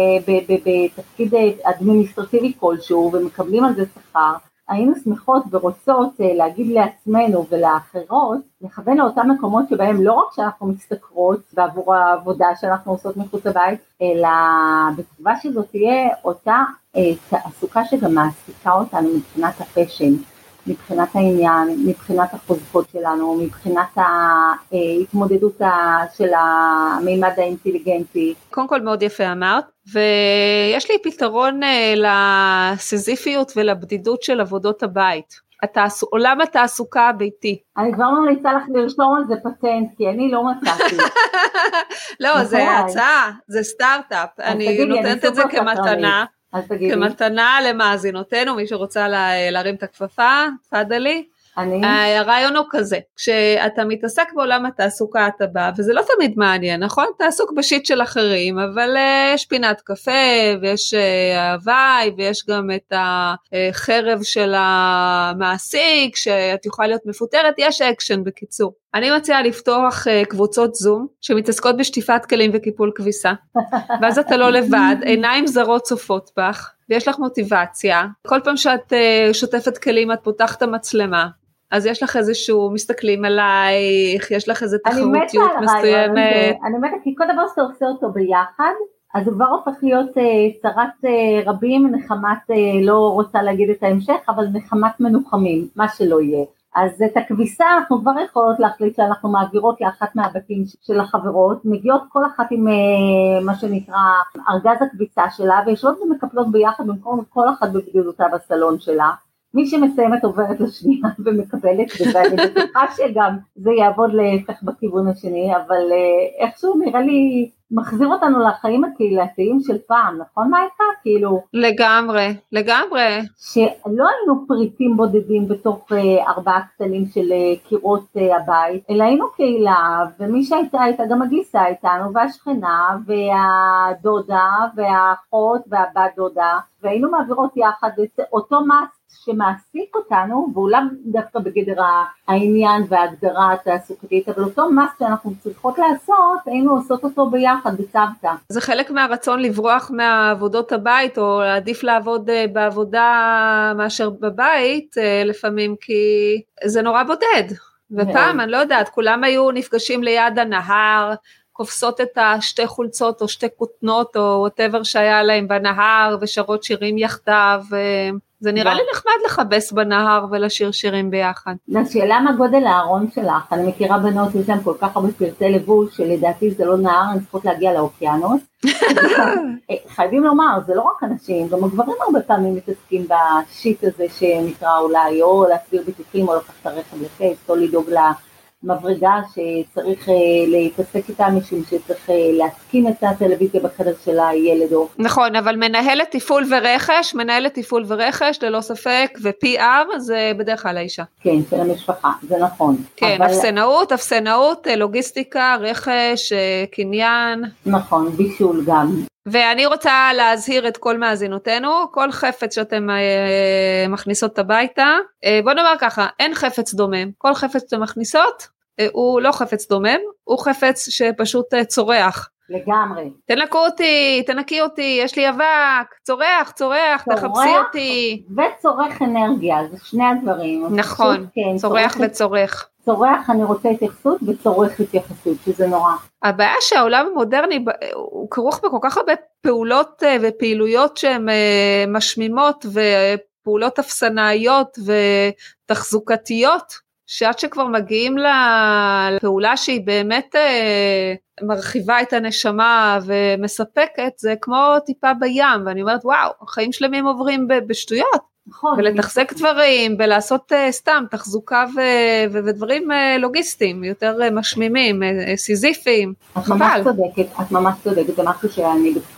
בתפקיד אדמיניסטרטיבי כלשהו, ומקבלים על זה שכר. היינו שמחות ורוצות להגיד לעצמנו ולאחרות, לכוון לאותם מקומות שבהם לא רק שאנחנו מסתכרות בעבור העבודה שאנחנו עושות מחוץ לבית, אלא בתקווה שזאת תהיה אותה תעסוקה שגם מעסיקה אותנו מבחינת הפשן, מבחינת העניין, מבחינת החוזקות שלנו, מבחינת ההתמודדות של המימד האינטליגנטי. קודם כל מאוד יפה אמרת, ויש לי פתרון לסיזיפיות ולבדידות של עבודות הבית. התעס... עולם התעסוקה הביתי. אני כבר ממליצה לך לרשום על זה פטנט, כי אני לא מצאתי. לא, זה הצעה, זה סטארט-אפ. אני נותנת את זה כמתנה. כמתנה למאזינותינו, מי שרוצה לה, להרים את הכפפה, פדלי. אני? הרעיון הוא כזה, כשאתה מתעסק בעולם התעסוקה אתה בא, וזה לא תמיד מעניין, נכון? תעסוק בשיט של אחרים, אבל uh, יש פינת קפה, ויש uh, הוואי, ויש גם את החרב של המעסיק, שאת יכולה להיות מפוטרת, יש אקשן בקיצור. אני מציעה לפתוח uh, קבוצות זום, שמתעסקות בשטיפת כלים וקיפול כביסה, ואז אתה לא לבד, עיניים זרות צופות בך, ויש לך מוטיבציה, כל פעם שאת uh, שוטפת כלים, את פותחת המצלמה, אז יש לך איזשהו, מסתכלים עלייך, יש לך איזו תחרותיות מסוימת. אני מתה, כי כל דבר שאתה עושה אותו ביחד, אז הוא כבר הופך להיות uh, צרת uh, רבים, נחמת, uh, לא רוצה להגיד את ההמשך, אבל נחמת מנוחמים, מה שלא יהיה. אז את הכביסה אנחנו כבר יכולות להחליט שאנחנו מעבירות לאחת מהבתים של החברות, מגיעות כל אחת עם uh, מה שנקרא ארגז הכביסה שלה, וישבות ומקפלות ביחד במקום כל אחת בבדידותה בסלון שלה, מי שמסיימת עוברת לשנייה ומקבלת, ואני בטוחה שגם זה יעבוד להפך בכיוון השני, אבל איכשהו נראה לי מחזיר אותנו לחיים הקהילתיים של פעם, נכון מייקה? כאילו... לגמרי, לגמרי. שלא היינו פריטים בודדים בתוך ארבעה קטנים של קירות הבית, אלא היינו קהילה, ומי שהייתה הייתה גם הגיסה איתנו, והשכנה, והדודה, והאחות, והבת דודה, והיינו מעבירות יחד את אותו מס שמעסיק אותנו, ואולם דווקא בגדר העניין וההגדרה התעסוקתית, אבל אותו מס שאנחנו צריכות לעשות, היינו עושות אותו ביחד, בצוותא. זה חלק מהרצון לברוח מעבודות הבית, או עדיף לעבוד בעבודה מאשר בבית, לפעמים, כי זה נורא בודד. ופעם, אני לא יודעת, כולם היו נפגשים ליד הנהר, קופסות את השתי חולצות או שתי כותנות או whatever שהיה להם בנהר ושרות שירים יחדיו, זה נראה לי נחמד לחבס בנהר ולשיר שירים ביחד. השאלה מה גודל הארון שלך, אני מכירה בנות יש להם כל כך הרבה פרטי לבוש שלדעתי זה לא נהר, הן צריכות להגיע לאוקיינוס. חייבים לומר, זה לא רק אנשים, גם הגברים הרבה פעמים מתעסקים בשיט הזה שנקרא אולי או להסביר ביטוחים או לקחת הרכב לפייס או לדאוג לה מברגה שצריך להתעסק איתה משום שצריך להתקין את הטלוויזיה בחדר של הילד. נכון, אבל מנהלת טיפול ורכש, מנהלת טיפול ורכש ללא ספק, ו-פי אר זה בדרך כלל האישה. כן, של המשפחה, זה נכון. כן, אבל... אפסנאות, אפסנאות, לוגיסטיקה, רכש, קניין. נכון, בישול גם. ואני רוצה להזהיר את כל מאזינותינו, כל חפץ שאתם אה, מכניסות הביתה, אה, בוא נאמר ככה, אין חפץ דומם, כל חפץ שאתם מכניסות, אה, הוא לא חפץ דומם, הוא חפץ שפשוט אה, צורח. לגמרי. תנקו אותי, תנקי אותי, יש לי אבק, צורח, צורח, תחפשי אותי. וצורך אנרגיה, זה שני הדברים. נכון, כן, צורח וצורך. צורח, אני רוצה התייחסות, וצורך התייחסות, שזה נורא. הבעיה שהעולם המודרני הוא כרוך בכל כך הרבה פעולות ופעילויות שהן משמימות, ופעולות אפסנאיות ותחזוקתיות, שעד שכבר מגיעים לפעולה שהיא באמת מרחיבה את הנשמה ומספקת, זה כמו טיפה בים, ואני אומרת וואו, החיים שלמים עוברים בשטויות. נכון, ולתחזק דברים, ולעשות uh, סתם תחזוקה ו- ו- ודברים uh, לוגיסטיים, יותר uh, משמימים, uh, סיזיפיים, את חבל. ממש צודקת, את ממש צודקת, זה משהו שאני בטוחה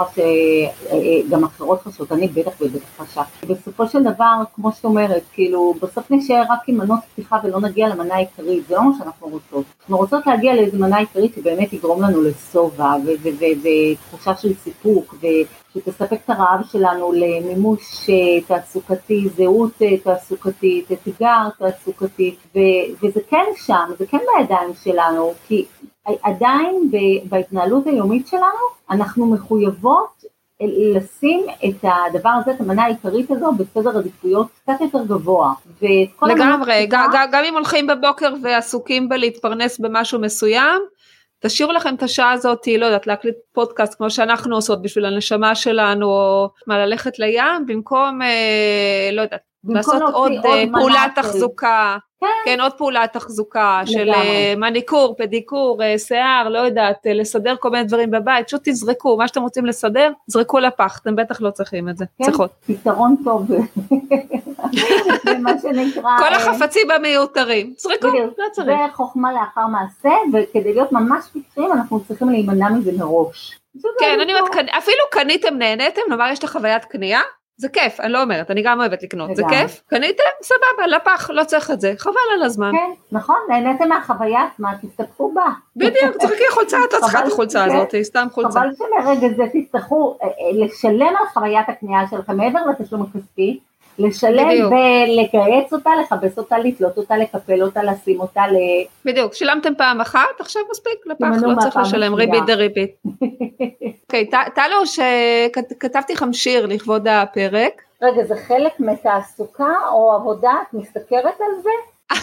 שגם אחרות חשות, אני בטח ובטח חשה. בסופו של דבר, כמו שאת אומרת, כאילו, בסוף נשאר רק עם מנות פתיחה ולא נגיע למנה העיקרית, זה לא מה שאנחנו רוצות. אנחנו רוצות להגיע לאיזו מנה עיקרית שבאמת יגרום לנו לסובה, ותחושה של סיפוק, ו... שתספק את הרעב שלנו למימוש תעסוקתי, זהות תעסוקתית, אתגר תעסוקתי, ו- וזה כן שם, זה כן בידיים שלנו, כי עדיין בהתנהלות היומית שלנו, אנחנו מחויבות לשים את הדבר הזה, את המנה העיקרית הזו, בסדר עדיפויות קצת יותר גבוה. לגמרי, גם, גם אם הולכים בבוקר ועסוקים בלהתפרנס במשהו מסוים, תשאירו לכם את השעה הזאת, לא יודעת, להקליט פודקאסט כמו שאנחנו עושות בשביל הנשמה שלנו, או מה ללכת לים, במקום, אה, לא יודעת, לעשות עוד, עוד פעולת תחזוקה, כן. כן, עוד פעולת תחזוקה, לגמרי. של מניקור, פדיקור, שיער, לא יודעת, לסדר כל מיני דברים בבית, פשוט תזרקו, מה שאתם רוצים לסדר, זרקו לפח, אתם בטח לא צריכים את זה, כן, צריכות. פתרון טוב, זה מה שנקרא. כל החפצים המיותרים, זרקו, לא צריך. זה חוכמה לאחר מעשה, וכדי להיות ממש פתרים, אנחנו צריכים להימנע מזה מראש. כן, אני אומרת, אפילו קניתם, נהניתם, נאמר יש את החוויית קנייה, זה כיף, אני לא אומרת, אני גם אוהבת לקנות, זה כיף, קניתם, סבבה, לפח, לא צריך את זה, חבל על הזמן. כן, נכון, נהניתם מהחוויה, מה, תסתפחו בה. בדיוק, צריכי חולצה, את צריכה את החולצה הזאת, סתם חולצה. חבל שמרגע זה תצטרכו לשלם על חוויית הקנייה שלכם, מעבר לתשלום הכספי, לשלם ולגייץ אותה, לחבש אותה, לתלות אותה, לקפל אותה, לשים אותה ל... בדיוק, שילמתם פעם אחת, עכשיו מספיק, לפח, לא צריך לשלם ריבית דריבית. אוקיי, תלו שכתבתי לכם שיר לכבוד הפרק. רגע, זה חלק מתעסוקה או עבודה, את מסתכרת על זה?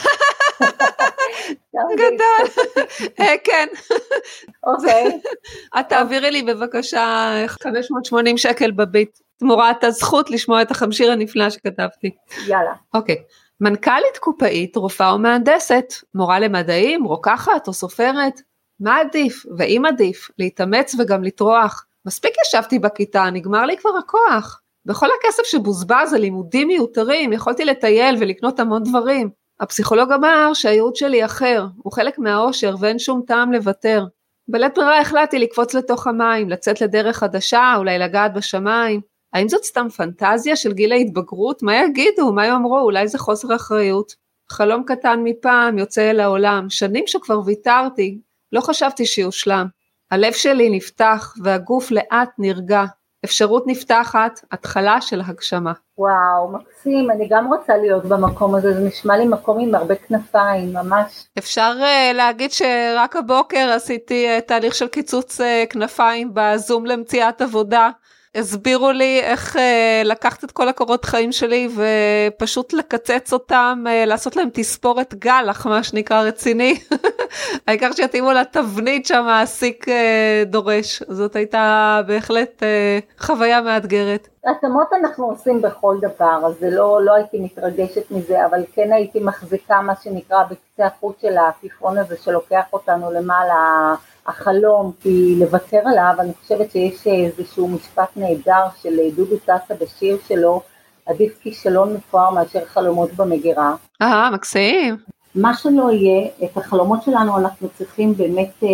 גדול, כן. אוקיי. את תעבירי לי בבקשה חמש מאות ושמונים שקל בביט, תמורת הזכות לשמוע את החמשיר הנפלא שכתבתי. יאללה. אוקיי. מנכ"לית קופאית, רופאה ומהנדסת, מורה למדעים, רוקחת או סופרת, מה עדיף ואם עדיף, להתאמץ וגם לטרוח. מספיק ישבתי בכיתה, נגמר לי כבר הכוח. בכל הכסף שבוזבז, הלימודים מיותרים, יכולתי לטייל ולקנות המון דברים. הפסיכולוג אמר שהייעוד שלי אחר, הוא חלק מהאושר ואין שום טעם לוותר. בלית ברירה החלטתי לקפוץ לתוך המים, לצאת לדרך חדשה, אולי לגעת בשמיים. האם זאת סתם פנטזיה של גיל ההתבגרות? מה יגידו? מה יאמרו? אולי זה חוסר אחריות. חלום קטן מפעם יוצא אל העולם, שנים שכבר ויתרתי, לא חשבתי שיושלם. הלב שלי נפתח והגוף לאט נרגע. אפשרות נפתחת, התחלה של הגשמה. וואו, מקסים, אני גם רוצה להיות במקום הזה, זה נשמע לי מקום עם הרבה כנפיים, ממש. אפשר uh, להגיד שרק הבוקר עשיתי uh, תהליך של קיצוץ uh, כנפיים בזום למציאת עבודה, הסבירו לי איך uh, לקחת את כל הקורות חיים שלי ופשוט לקצץ אותם, uh, לעשות להם תספורת גלח, מה שנקרא רציני, העיקר שיתאימו לתבנית שהמעסיק uh, דורש, זאת הייתה בהחלט uh, חוויה מאתגרת. התאמות אנחנו עושים בכל דבר, אז זה לא, לא הייתי מתרגשת מזה, אבל כן הייתי מחזיקה מה שנקרא בקצה החוט של העפיפון הזה שלוקח אותנו למעלה, החלום, כי לוותר עליו, אני חושבת שיש איזשהו משפט נהדר של דודו טסה בשיר שלו, עדיף כישלון מפואר מאשר חלומות במגירה. אה, מקסים. מה שלא יהיה, את החלומות שלנו אנחנו צריכים באמת אה,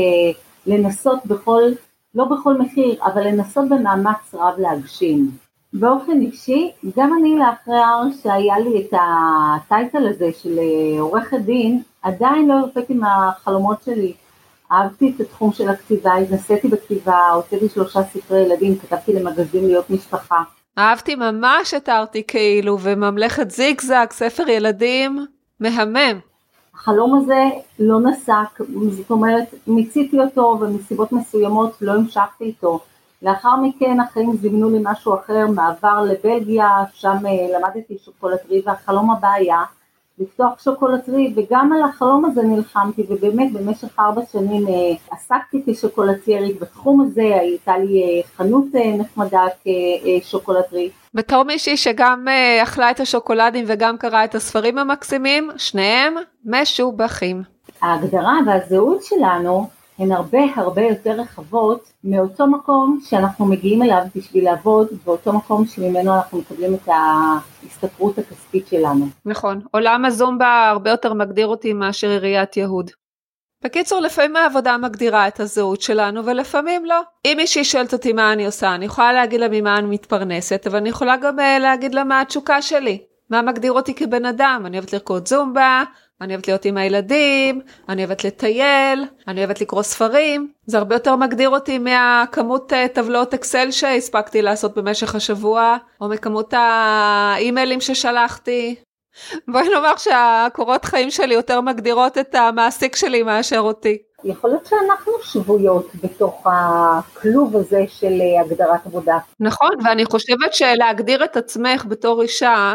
לנסות בכל, לא בכל מחיר, אבל לנסות במאמץ רב להגשים. באופן אישי, גם אני לאחר שהיה לי את הטייטל הזה של עורכת דין, עדיין לא הרפאתי מהחלומות שלי. אהבתי את התחום של הכתיבה, התנסיתי בכתיבה, הוצאתי שלושה ספרי ילדים, כתבתי למגזין להיות משפחה. אהבתי ממש את הארטי כאילו, וממלכת זיגזג, ספר ילדים, מהמם. החלום הזה לא נסק, זאת אומרת, מיציתי אותו ומסיבות מסוימות לא המשכתי איתו. לאחר מכן החיים זימנו לי משהו אחר, מעבר לבלגיה, שם למדתי שוקולטרי, והחלום הבא היה לפתוח שוקולטרי, וגם על החלום הזה נלחמתי, ובאמת במשך ארבע שנים עסקתי כשוקולטרית בתחום הזה, הייתה לי חנות נחמדה כשוקולטרי. בתור מישהי שגם אכלה את השוקולדים וגם קראה את הספרים המקסימים, שניהם משובחים. ההגדרה והזהות שלנו הן הרבה הרבה יותר רחבות מאותו מקום שאנחנו מגיעים אליו בשביל לעבוד, ואותו מקום שממנו אנחנו מקבלים את ההסתכרות הכספית שלנו. נכון, עולם הזומבה הרבה יותר מגדיר אותי מאשר עיריית יהוד. בקיצור, לפעמים העבודה מגדירה את הזהות שלנו ולפעמים לא. אם מישהי שואלת אותי מה אני עושה, אני יכולה להגיד לה ממה אני מתפרנסת, אבל אני יכולה גם להגיד לה מה התשוקה שלי, מה מגדיר אותי כבן אדם. אני אוהבת לרקוד זומבה, אני אוהבת להיות עם הילדים, אני אוהבת לטייל, אני אוהבת לקרוא ספרים. זה הרבה יותר מגדיר אותי מהכמות טבלאות אקסל שהספקתי לעשות במשך השבוע, או מכמות האימיילים ששלחתי. בואי נאמר שהקורות חיים שלי יותר מגדירות את המעסיק שלי מאשר אותי. יכול להיות שאנחנו שבויות בתוך הכלוב הזה של הגדרת עבודה. נכון, ואני חושבת שלהגדיר את עצמך בתור אישה,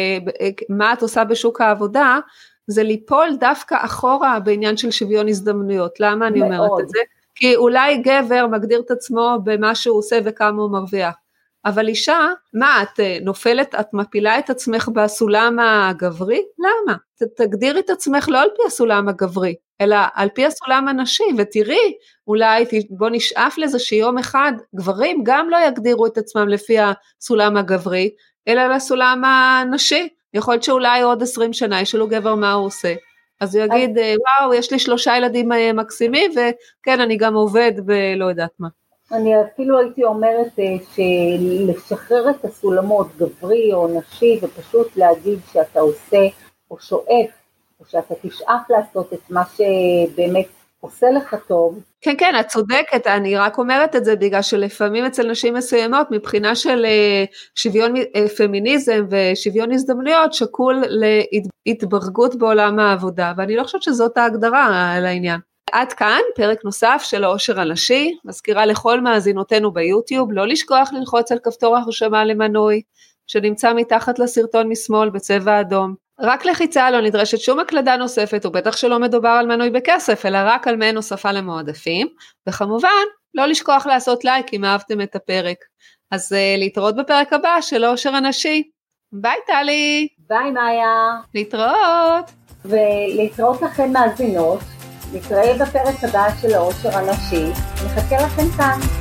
מה את עושה בשוק העבודה, זה ליפול דווקא אחורה בעניין של שוויון הזדמנויות. למה אני אומרת מאוד. את זה? כי אולי גבר מגדיר את עצמו במה שהוא עושה וכמה הוא מרוויח. אבל אישה, מה, את נופלת, את מפילה את עצמך בסולם הגברי? למה? תגדירי את עצמך לא על פי הסולם הגברי, אלא על פי הסולם הנשי, ותראי, אולי בוא נשאף לזה שיום אחד, גברים גם לא יגדירו את עצמם לפי הסולם הגברי, אלא לסולם הנשי. יכול להיות שאולי עוד עשרים שנה ישאלו גבר מה הוא עושה, אז הוא יגיד, וואו, יש לי שלושה ילדים מקסימים, וכן, אני גם עובד בלא יודעת מה. אני אפילו הייתי אומרת שלשחרר את הסולמות, גברי או נשי, ופשוט להגיד שאתה עושה או שואף, או שאתה תשאף לעשות את מה שבאמת עושה לך טוב. כן, כן, את צודקת, אני רק אומרת את זה, בגלל שלפעמים אצל נשים מסוימות, מבחינה של שוויון פמיניזם ושוויון הזדמנויות, שקול להתברגות בעולם העבודה, ואני לא חושבת שזאת ההגדרה על העניין. עד כאן פרק נוסף של העושר הנשי, מזכירה לכל מאזינותינו ביוטיוב, לא לשכוח ללחוץ על כפתור הרשמה למנוי, שנמצא מתחת לסרטון משמאל בצבע אדום. רק לחיצה לא נדרשת שום הקלדה נוספת, ובטח שלא מדובר על מנוי בכסף, אלא רק על מעין נוספה למועדפים, וכמובן לא לשכוח לעשות לייק אם אהבתם את הפרק. אז uh, להתראות בפרק הבא של העושר הנשי. ביי טלי. ביי מאיה. להתראות. ולהתראות לכם מאזינות. נתראה בפרק הבא של העושר הנשי, נחכה לכם כאן.